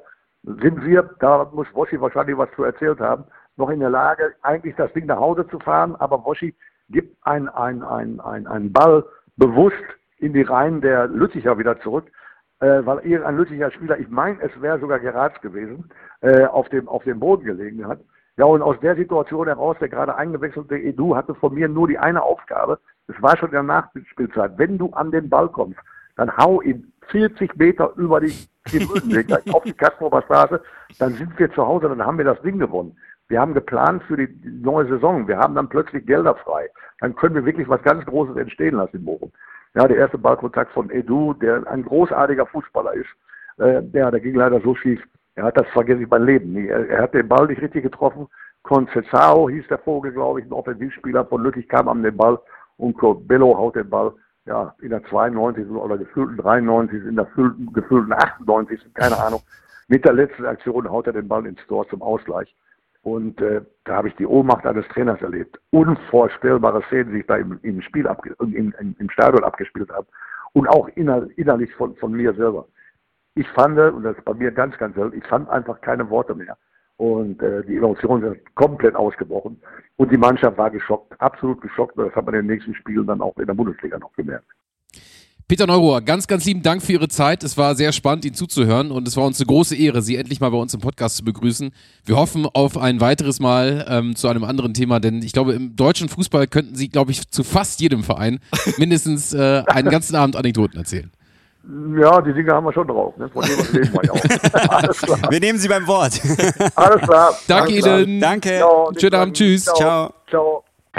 sind wir, da muss Woschi wahrscheinlich was zu erzählt haben, noch in der Lage, eigentlich das Ding nach Hause zu fahren, aber Woschi gibt einen Ball bewusst in die Reihen der Lütticher wieder zurück, weil irgendein Lütticher Spieler, ich meine, es wäre sogar Geratz gewesen, auf dem Boden gelegen hat. Ja, und aus der Situation heraus, der gerade eingewechselte Edu hatte von mir nur die eine Aufgabe, es war schon in der Nachspielzeit, wenn du an den Ball kommst, dann hau ihn 40 Meter über die Tribünen auf die Kastrober Straße, dann sind wir zu Hause, dann haben wir das Ding gewonnen. Wir haben geplant für die neue Saison, wir haben dann plötzlich Gelder frei. Dann können wir wirklich was ganz Großes entstehen lassen in Bochum. Ja, der erste Ballkontakt von Edu, der ein großartiger Fußballer ist, der ging leider so schief. Das vergesse ich mein Leben nie. Er hat den Ball nicht richtig getroffen. Conceição hieß der Vogel, glaube ich, ein Offensivspieler von Lüttich, kam an den Ball und Bello haut den Ball in der 92. oder gefühlten 93. in der gefühlten 98. keine Ahnung. Mit der letzten Aktion haut er den Ball ins Tor zum Ausgleich. Und da habe ich die Ohnmacht eines Trainers erlebt. Unvorstellbare Szenen, die sich da im Spiel im Stadion abgespielt haben. Und auch innerlich von mir selber. Ich fand, und das ist bei mir ganz, ganz selten, ich fand einfach keine Worte mehr. Und die Emotionen sind komplett ausgebrochen. Und die Mannschaft war geschockt, absolut geschockt. Und das hat man in den nächsten Spielen dann auch in der Bundesliga noch gemerkt. Peter Neururer, ganz, ganz lieben Dank für Ihre Zeit. Es war sehr spannend, Ihnen zuzuhören und es war uns eine große Ehre, Sie endlich mal bei uns im Podcast zu begrüßen. Wir hoffen auf ein weiteres Mal zu einem anderen Thema, denn ich glaube, im deutschen Fußball könnten Sie, glaube ich, zu fast jedem Verein mindestens einen ganzen Abend Anekdoten erzählen. Ja, die Dinge haben wir schon drauf. Ne? Von dem reden wir ja auch. Alles klar. Wir nehmen Sie beim Wort. Alles klar. Danke Ihnen. Danke. Ja, schönen Abend. Tschüss. Ciao. Ciao.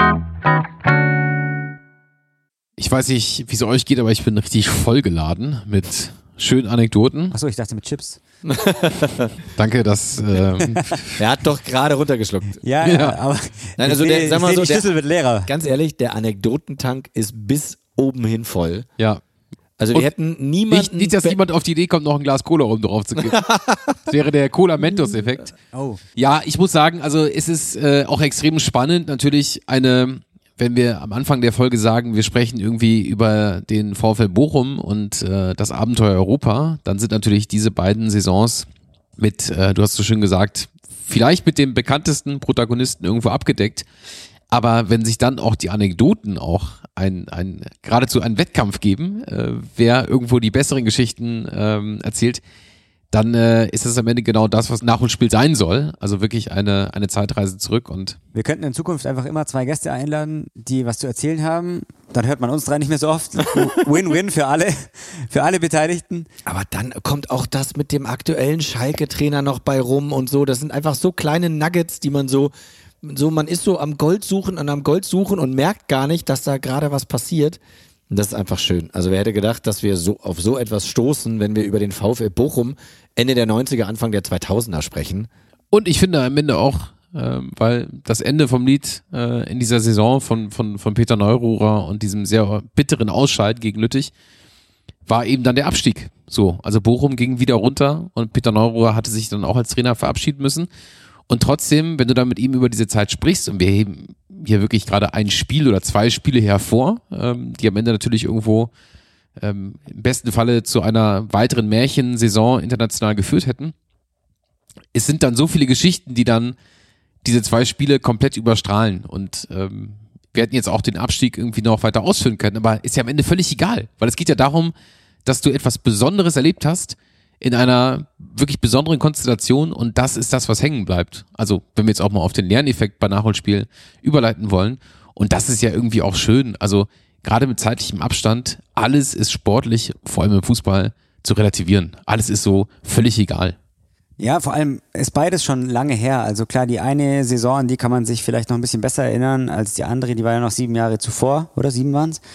Ich weiß nicht, wie es euch geht, aber ich bin richtig vollgeladen mit schönen Anekdoten. Achso, ich dachte mit Chips. Danke, dass... Er hat doch gerade runtergeschluckt. Ja, aber nein, also sag mal so, die Schlüssel wird leerer. Ganz ehrlich, der Anekdotentank ist bis oben hin voll. Ja. Also wir hätten niemanden... Nicht, dass jemand auf die Idee kommt, noch ein Glas Cola rum drauf zu kippen. Das wäre der Cola-Mentos-Effekt. Oh. Ja, ich muss sagen, also es ist auch extrem spannend, natürlich wenn wir am Anfang der Folge sagen, wir sprechen irgendwie über den VfL Bochum und das Abenteuer Europa, dann sind natürlich diese beiden Saisons mit, du hast so schön gesagt, vielleicht mit dem bekanntesten Protagonisten irgendwo abgedeckt. Aber wenn sich dann auch die Anekdoten auch geradezu einen Wettkampf geben, wer irgendwo die besseren Geschichten erzählt, dann ist es am Ende genau das, was Nachholspiel sein soll. Also wirklich eine Zeitreise zurück. Und wir könnten in Zukunft einfach immer 2 Gäste einladen, die was zu erzählen haben. Dann hört man uns 3 nicht mehr so oft. Win-win für alle Beteiligten. Aber dann kommt auch das mit dem aktuellen Schalke-Trainer noch bei rum und so. Das sind einfach so kleine Nuggets, die man man ist so am Gold suchen und merkt gar nicht, dass da gerade was passiert. Und das ist einfach schön. Also wer hätte gedacht, dass wir so auf so etwas stoßen, wenn wir über den VfL Bochum Ende der 90er, Anfang der 2000er sprechen. Und ich finde am Ende auch, weil das Ende vom Lied in dieser Saison von Peter Neururer und diesem sehr bitteren Ausscheid gegen Lüttich war eben dann der Abstieg. So, also Bochum ging wieder runter und Peter Neururer hatte sich dann auch als Trainer verabschieden müssen. Und trotzdem, wenn du dann mit ihm über diese Zeit sprichst, und wir heben hier wirklich gerade ein Spiel oder 2 Spiele hervor, die am Ende natürlich irgendwo im besten Falle zu einer weiteren Märchensaison international geführt hätten. Es sind dann so viele Geschichten, die dann diese 2 Spiele komplett überstrahlen. Und wir hätten jetzt auch den Abstieg irgendwie noch weiter ausführen können, aber ist ja am Ende völlig egal, weil es geht ja darum, dass du etwas Besonderes erlebt hast, in einer wirklich besonderen Konstellation und das ist das, was hängen bleibt. Also wenn wir jetzt auch mal auf den Lerneffekt bei Nachholspiel überleiten wollen und das ist ja irgendwie auch schön, also gerade mit zeitlichem Abstand, alles ist sportlich, vor allem im Fußball, zu relativieren. Alles ist so völlig egal. Ja, vor allem ist beides schon lange her. Also klar, die eine Saison, an die kann man sich vielleicht noch ein bisschen besser erinnern als die andere, die war ja noch 7 Jahre zuvor, oder 7 waren es.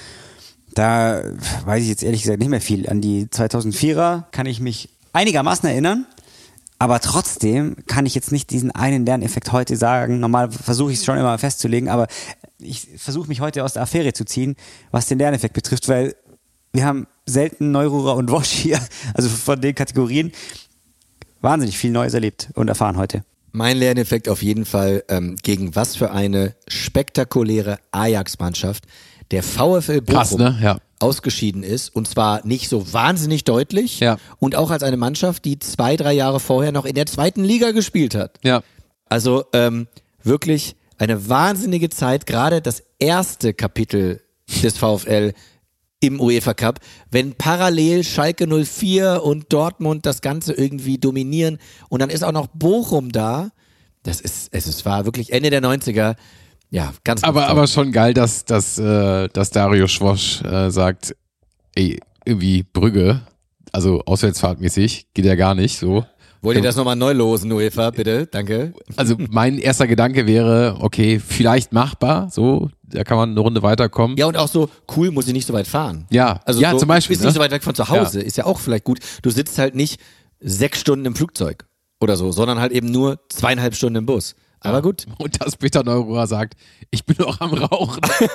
Da weiß ich jetzt ehrlich gesagt nicht mehr viel. An die 2004er kann ich mich einigermaßen erinnern, aber trotzdem kann ich jetzt nicht diesen einen Lerneffekt heute sagen. Normal versuche ich es schon immer festzulegen, aber ich versuche mich heute aus der Affäre zu ziehen, was den Lerneffekt betrifft, weil wir haben selten Neururer und Wosch hier, also von den Kategorien, wahnsinnig viel Neues erlebt und erfahren heute. Mein Lerneffekt auf jeden Fall, gegen was für eine spektakuläre Ajax-Mannschaft der VfL Bochum Krass, ne? Ja. ausgeschieden ist und zwar nicht so wahnsinnig deutlich und auch als eine Mannschaft, die 2-3 Jahre vorher noch in der 2. Liga gespielt hat. Ja. Also wirklich eine wahnsinnige Zeit, gerade das erste Kapitel des VfL im UEFA Cup, wenn parallel Schalke 04 und Dortmund das Ganze irgendwie dominieren und dann ist auch noch Bochum da. Es war wirklich Ende der 90er. Ja, ganz aber schon geil, dass Darius Schwosch sagt, ey, irgendwie Brügge, also auswärtsfahrtmäßig, geht ja gar nicht so. Wollt ihr das nochmal neu losen, UEFA, bitte? Danke. Also mein erster Gedanke wäre, okay, vielleicht machbar, so, da kann man eine Runde weiterkommen. Ja, und auch so, cool, muss ich nicht so weit fahren. Ja, also ja, so, zum Beispiel. Ist nicht so weit weg von zu Hause, ist ja auch vielleicht gut. Du sitzt halt nicht 6 Stunden im Flugzeug oder so, sondern halt eben nur 2,5 Stunden im Bus. Aber gut. Und dass Peter Neururer sagt, ich bin noch am Rauchen.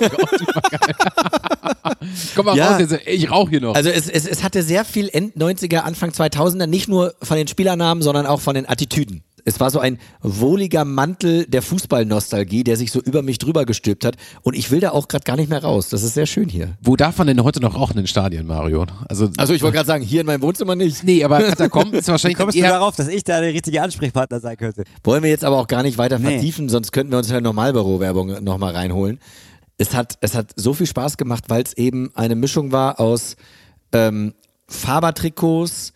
Komm mal raus, jetzt, ich rauche hier noch. Also es hatte sehr viel End-90er, Anfang 2000er, nicht nur von den Spielernamen, sondern auch von den Attitüden. Es war so ein wohliger Mantel der Fußballnostalgie, der sich so über mich drüber gestülpt hat. Und ich will da auch gerade gar nicht mehr raus. Das ist sehr schön hier. Wo darf man denn heute noch rauchen in den Stadien, Mario? Also ich wollte gerade sagen, hier in meinem Wohnzimmer nicht. Nee, aber Katakomben ist wahrscheinlich... Wie kommst du darauf, dass ich da der richtige Ansprechpartner sein könnte? Wollen wir jetzt aber auch gar nicht weiter vertiefen, sonst könnten wir uns ja Normalbüro-Werbung nochmal reinholen. Es hat so viel Spaß gemacht, weil es eben eine Mischung war aus Faber-Trikots,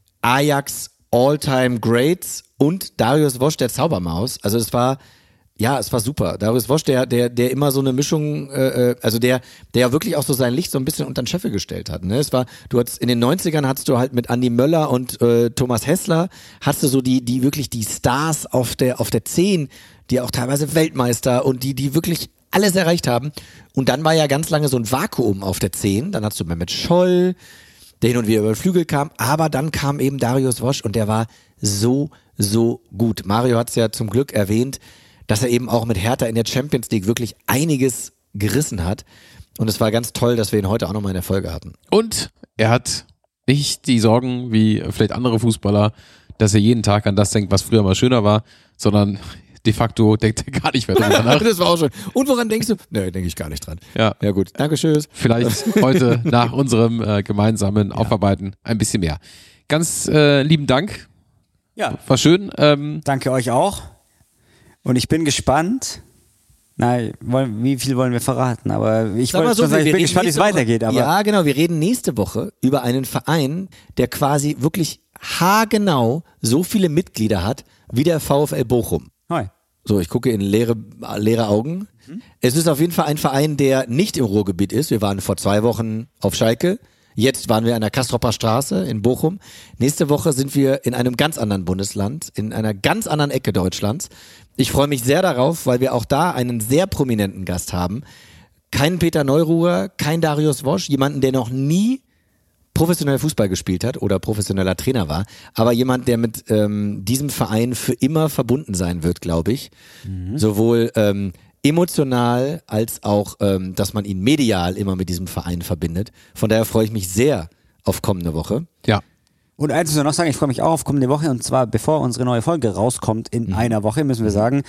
Ajax All-Time Greats und Darius Wosch, der Zaubermaus. Also es war super. Darius Wosch, der immer so eine Mischung, also der ja wirklich auch so sein Licht so ein bisschen unter den Scheffel gestellt hat. Ne? In den 90ern hattest du halt mit Andi Möller und Thomas Hessler, hast du so die wirklich die Stars auf der 10, die auch teilweise Weltmeister und die wirklich alles erreicht haben. Und dann war ja ganz lange so ein Vakuum auf der 10. Dann hast du Mehmet Scholl, der hin und wieder über den Flügel kam, aber dann kam eben Darius Wosch und der war so gut. Mario hat es ja zum Glück erwähnt, dass er eben auch mit Hertha in der Champions League wirklich einiges gerissen hat und es war ganz toll, dass wir ihn heute auch nochmal in der Folge hatten. Und er hat nicht die Sorgen wie vielleicht andere Fußballer, dass er jeden Tag an das denkt, was früher mal schöner war, sondern de facto denkt er gar nicht mehr drüber nach. Das war auch schön. Und woran denkst du? Nee, denke ich gar nicht dran. Ja gut. Danke, tschüss. Vielleicht heute nach unserem gemeinsamen Aufarbeiten ein bisschen mehr. Ganz lieben Dank. Ja. War schön. Danke euch auch. Und ich bin gespannt. Nein, wie viel wollen wir verraten? Aber ich bin gespannt, wie es weitergeht. Aber ja, genau. Wir reden nächste Woche über einen Verein, der quasi wirklich haargenau so viele Mitglieder hat wie der VfL Bochum. Hi. So, ich gucke in leere Augen. Es ist auf jeden Fall ein Verein, der nicht im Ruhrgebiet ist. Wir waren vor 2 Wochen auf Schalke. Jetzt waren wir an der Kastropper Straße in Bochum. Nächste Woche sind wir in einem ganz anderen Bundesland, in einer ganz anderen Ecke Deutschlands. Ich freue mich sehr darauf, weil wir auch da einen sehr prominenten Gast haben. Kein Peter Neururer, kein Darius Wosch, jemanden, der noch nie professionell Fußball gespielt hat oder professioneller Trainer war, aber jemand, der mit diesem Verein für immer verbunden sein wird, glaube ich. Sowohl emotional als auch, dass man ihn medial immer mit diesem Verein verbindet. Von daher freue ich mich sehr auf kommende Woche. Ja. Und eins muss ich noch sagen, ich freue mich auch auf kommende Woche und zwar bevor unsere neue Folge rauskommt in einer Woche, müssen wir sagen,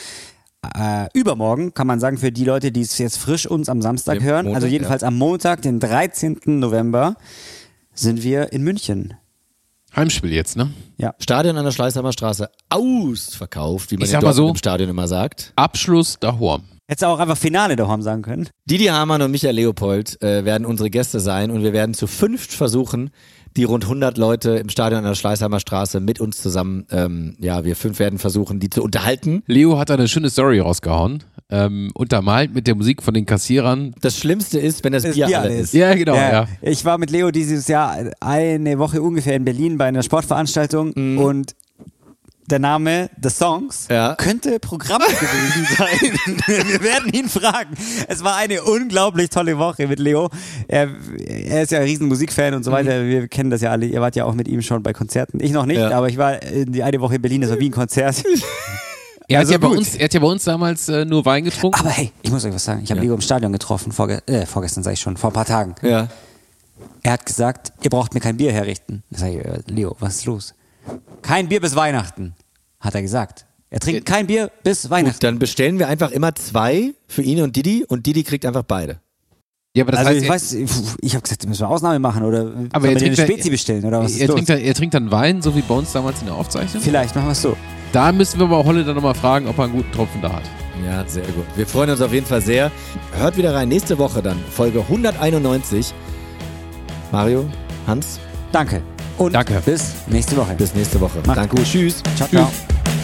übermorgen kann man sagen für die Leute, die es jetzt frisch uns am Samstag hören, Montag, also jedenfalls am Montag, den 13. November, sind wir in München. Heimspiel jetzt, ne? Ja. Stadion an der Schleißheimer Straße ausverkauft, wie man im Stadion immer sagt. Abschluss daheim. Hättest du auch einfach Finale daheim sagen können. Didi Hamann und Michael Leopold werden unsere Gäste sein und wir werden zu 5 versuchen, die rund 100 Leute im Stadion an der Schleißheimer Straße mit uns zusammen, wir 5 werden versuchen, die zu unterhalten. Leo hat da eine schöne Story rausgehauen, untermalt mit der Musik von den Kassierern. Das Schlimmste ist, wenn das Bier alle ist. Ja, genau. Ja. Ich war mit Leo dieses Jahr eine Woche ungefähr in Berlin bei einer Sportveranstaltung und der Name The Songs könnte Programm gewesen sein. Wir werden ihn fragen. Es war eine unglaublich tolle Woche mit Leo. Er ist ja ein riesen Musikfan und so weiter. Wir kennen das ja alle. Ihr wart ja auch mit ihm schon bei Konzerten. Ich noch nicht, aber ich war die eine Woche in Berlin, das war wie ein Konzert. Er hat ja bei uns damals nur Wein getrunken. Aber hey, ich muss euch was sagen. Ich habe Leo im Stadion getroffen, vorgestern sage ich schon, vor ein paar Tagen. Ja. Er hat gesagt, ihr braucht mir kein Bier herrichten. Da sage ich, Leo, was ist los? Kein Bier bis Weihnachten, hat er gesagt. Er trinkt kein Bier bis Weihnachten. Gut, dann bestellen wir einfach immer 2 für ihn und Didi kriegt einfach beide. Ja, aber das also heißt, ich habe gesagt, müssen wir Ausnahme machen oder aber er eine Spezi bestellen oder was ist los? Er trinkt dann Wein, so wie bei uns damals in der Aufzeichnung? Vielleicht machen wir es so. Da müssen wir mal Holle dann nochmal fragen, ob er einen guten Tropfen da hat. Ja, sehr gut. Wir freuen uns auf jeden Fall sehr. Hört wieder rein. Nächste Woche dann, Folge 191. Mario, Hans. Danke. Und danke. Bis nächste Woche. Bis nächste Woche. Macht's Danke. gut. Tschüss. Ciao, ciao.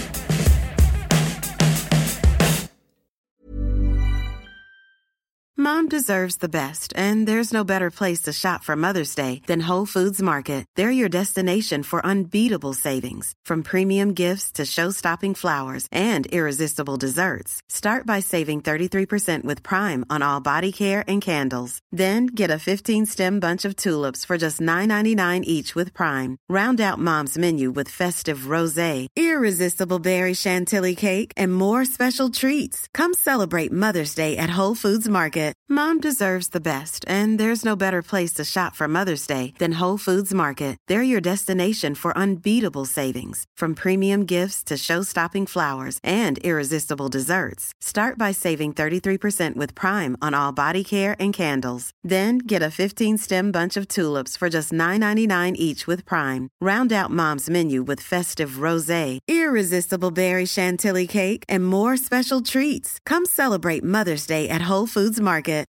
Mom deserves the best, and there's no better place to shop for Mother's Day than Whole Foods Market. They're your destination for unbeatable savings, from premium gifts to show-stopping flowers and irresistible desserts. Start by saving 33% with Prime on all body care and candles. Then get a 15-stem bunch of tulips for just $9.99 each with Prime. Round out Mom's menu with festive rosé, irresistible berry chantilly cake, and more special treats. Come celebrate Mother's Day at Whole Foods Market. Mom deserves the best, and there's no better place to shop for Mother's Day than Whole Foods Market. They're your destination for unbeatable savings, from premium gifts to show-stopping flowers and irresistible desserts. Start by saving 33% with Prime on all body care and candles. Then get a 15-stem bunch of tulips for just $9.99 each with Prime. Round out Mom's menu with festive rosé, irresistible berry chantilly cake, and more special treats. Come celebrate Mother's Day at Whole Foods Market.